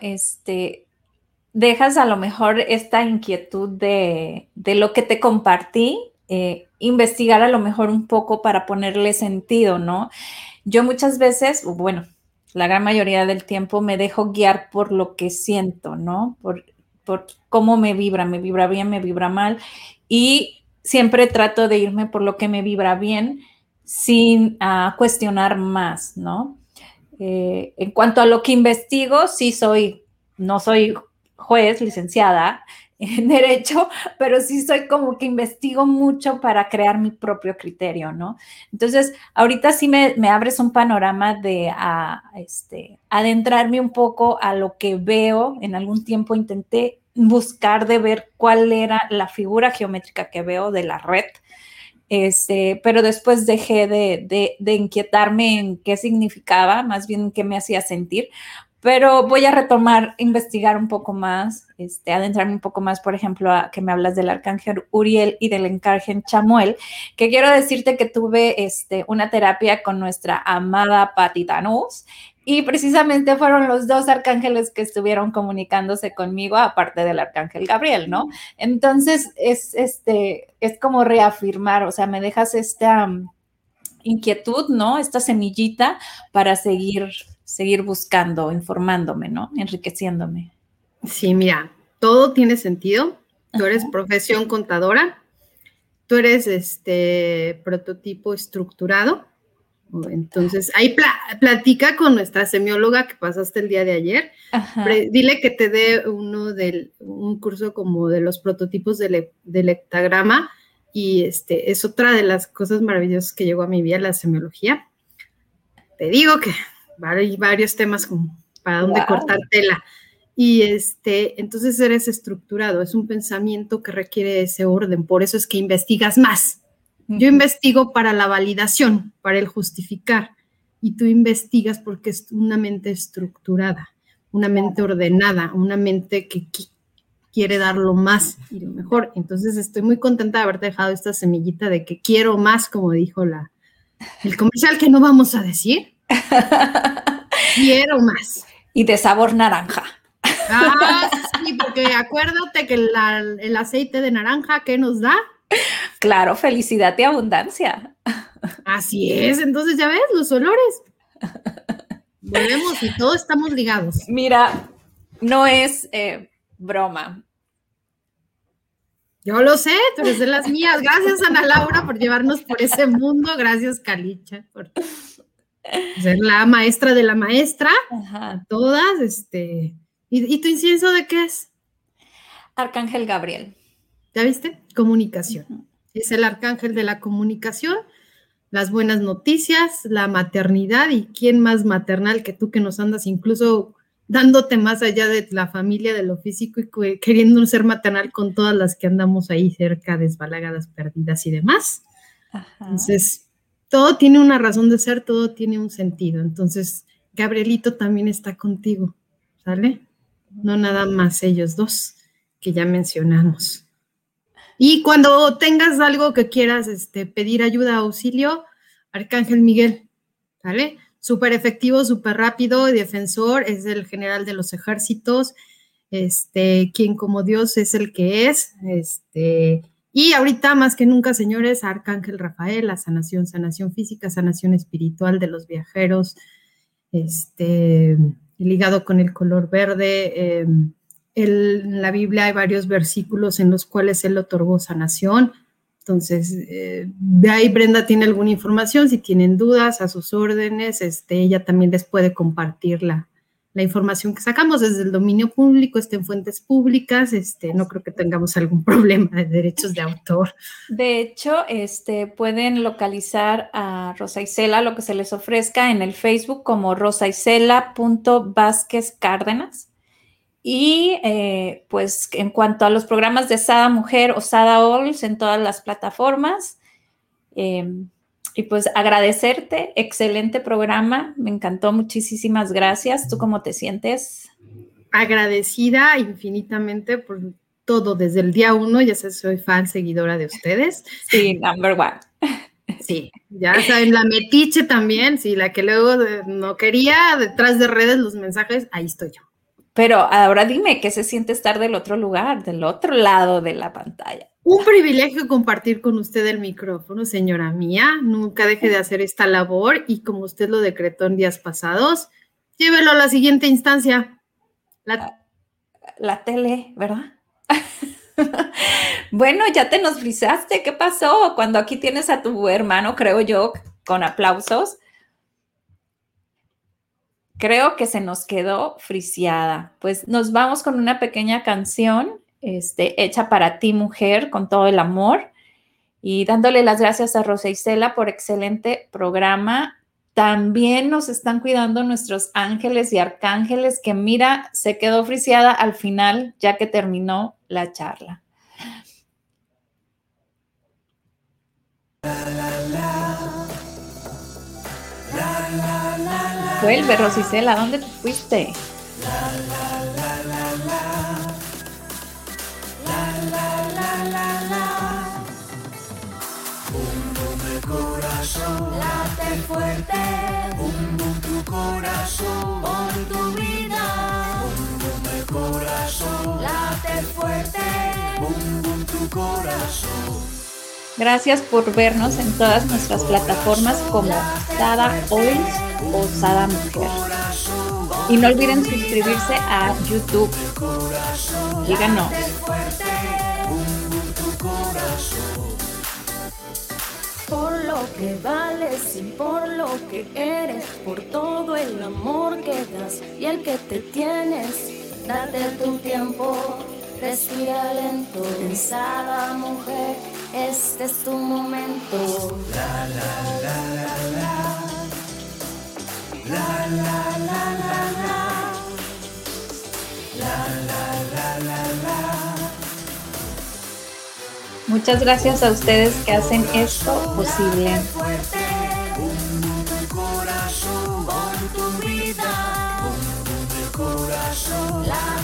dejas a lo mejor esta inquietud de lo que te compartí, investigar a lo mejor un poco para ponerle sentido, ¿no? Yo muchas veces, bueno, la gran mayoría del tiempo me dejo guiar por lo que siento, ¿no? Por cómo me vibra bien, me vibra mal, y siempre trato de irme por lo que me vibra bien sin cuestionar más, ¿no? En cuanto a lo que investigo, sí no soy juez, licenciada en Derecho, pero sí soy como que investigo mucho para crear mi propio criterio, ¿no? Entonces, ahorita sí me abres un panorama de adentrarme un poco a lo que veo. En algún tiempo intenté buscar de ver cuál era la figura geométrica que veo de la red, pero después dejé de inquietarme en qué significaba, más bien qué me hacía sentir. Pero voy a retomar, investigar un poco más, adentrarme un poco más, por ejemplo, a que me hablas del arcángel Uriel y del arcángel Chamuel, que quiero decirte que tuve una terapia con nuestra amada Patti Danús, y precisamente fueron los dos arcángeles que estuvieron comunicándose conmigo, aparte del arcángel Gabriel, ¿no? Entonces, es como reafirmar, o sea, me dejas esta inquietud, ¿no? Esta semillita para seguir buscando, informándome, ¿no? Enriqueciéndome. Sí, mira, todo tiene sentido. Tú eres profesión contadora, tú eres prototipo estructurado. Entonces, ahí platica con nuestra semióloga que pasaste el día de ayer. Dile que te dé un curso como de los prototipos del hectagrama, y es otra de las cosas maravillosas que llegó a mi vida, la semiología. Te digo que hay varios temas como para dónde cortar tela. Y entonces eres estructurado, es un pensamiento que requiere ese orden, por eso es que investigas más. Yo investigo para la validación, para el justificar, y tú investigas porque es una mente estructurada, una mente ordenada, una mente que quiere dar lo más y lo mejor. Entonces estoy muy contenta de haberte dejado esta semillita de que quiero más, como dijo el comercial que no vamos a decir. Quiero más. Y de sabor naranja. Sí, porque acuérdate que el aceite de naranja, ¿qué nos da? Claro, felicidad y abundancia. Así es, entonces ya ves, los olores. Volvemos y todos estamos ligados. Mira, no es broma. Yo lo sé, tú eres de las mías. Gracias, Ana Laura, por llevarnos por ese mundo. Gracias, Calicha, por ser la maestra de la maestra. Ajá. A todas. ¿Y tu incienso de qué es? Arcángel Gabriel. ¿Ya viste? Comunicación. Es el arcángel de la comunicación, las buenas noticias, la maternidad, y quién más maternal que tú, que nos andas incluso dándote más allá de la familia, de lo físico, y queriendo ser maternal con todas las que andamos ahí cerca, desbalagadas, perdidas y demás. Ajá. Entonces, todo tiene una razón de ser, todo tiene un sentido. Entonces, Gabrielito también está contigo, ¿sale? No nada más ellos dos que ya mencionamos. Y cuando tengas algo que quieras pedir ayuda, auxilio, Arcángel Miguel, ¿vale? Súper efectivo, súper rápido, defensor, es el general de los ejércitos, quien como Dios es el que es, y ahorita más que nunca, señores, Arcángel Rafael, la sanación física, sanación espiritual de los viajeros, ligado con el color verde. En la Biblia hay varios versículos en los cuales él otorgó sanación. Entonces, de ahí Brenda tiene alguna información. Si tienen dudas, a sus órdenes, ella también les puede compartir la información que sacamos desde el dominio público, en fuentes públicas. No creo que tengamos algún problema de derechos de autor. De hecho, pueden localizar a Rosa Isela, lo que se les ofrezca, en el Facebook como rosaisela.vázquez Cárdenas. Y pues en cuanto a los programas de Sada Mujer o Sada Alls en todas las plataformas, y pues agradecerte, excelente programa, me encantó, muchísimas gracias. ¿Tú cómo te sientes? Agradecida infinitamente por todo, desde el día 1, ya sé, soy fan, seguidora de ustedes. Sí, number one. Sí, ya saben, la metiche también, sí, la que luego no quería, detrás de redes los mensajes, ahí estoy yo. Pero ahora dime, ¿qué se siente estar del otro lugar, del otro lado de la pantalla? Un privilegio compartir con usted el micrófono, señora mía. Nunca deje de hacer esta labor y como usted lo decretó en días pasados, llévelo a la siguiente instancia. La tele, ¿verdad? Bueno, ya te nos frisaste. ¿Qué pasó? Cuando aquí tienes a tu hermano, creo yo, con aplausos. Creo que se nos quedó friseada. Pues nos vamos con una pequeña canción hecha para ti, mujer, con todo el amor. Y dándole las gracias a Rosa Isela por excelente programa. También nos están cuidando nuestros ángeles y arcángeles, que mira, se quedó friseada al final, ya que terminó la charla. Vuelve, Rosa Isela, ¿dónde te fuiste? Bum bum el corazón, late fuerte. Bum bum tu corazón, por tu vida. Bum bum el corazón, late fuerte. Bum bum tu corazón. Gracias por vernos en todas nuestras plataformas como Sada Alls o Sada Mujer. Y no olviden suscribirse a YouTube. Díganos. Por lo que vales y por lo que eres, por todo el amor que das y el que te tienes, date tu tiempo, respira lento, pensada mujer, este es tu momento. La la la la la, la la la la la, la la la la la. Muchas gracias a ustedes que hacen esto posible. Corazón, por tu vida, corazón, la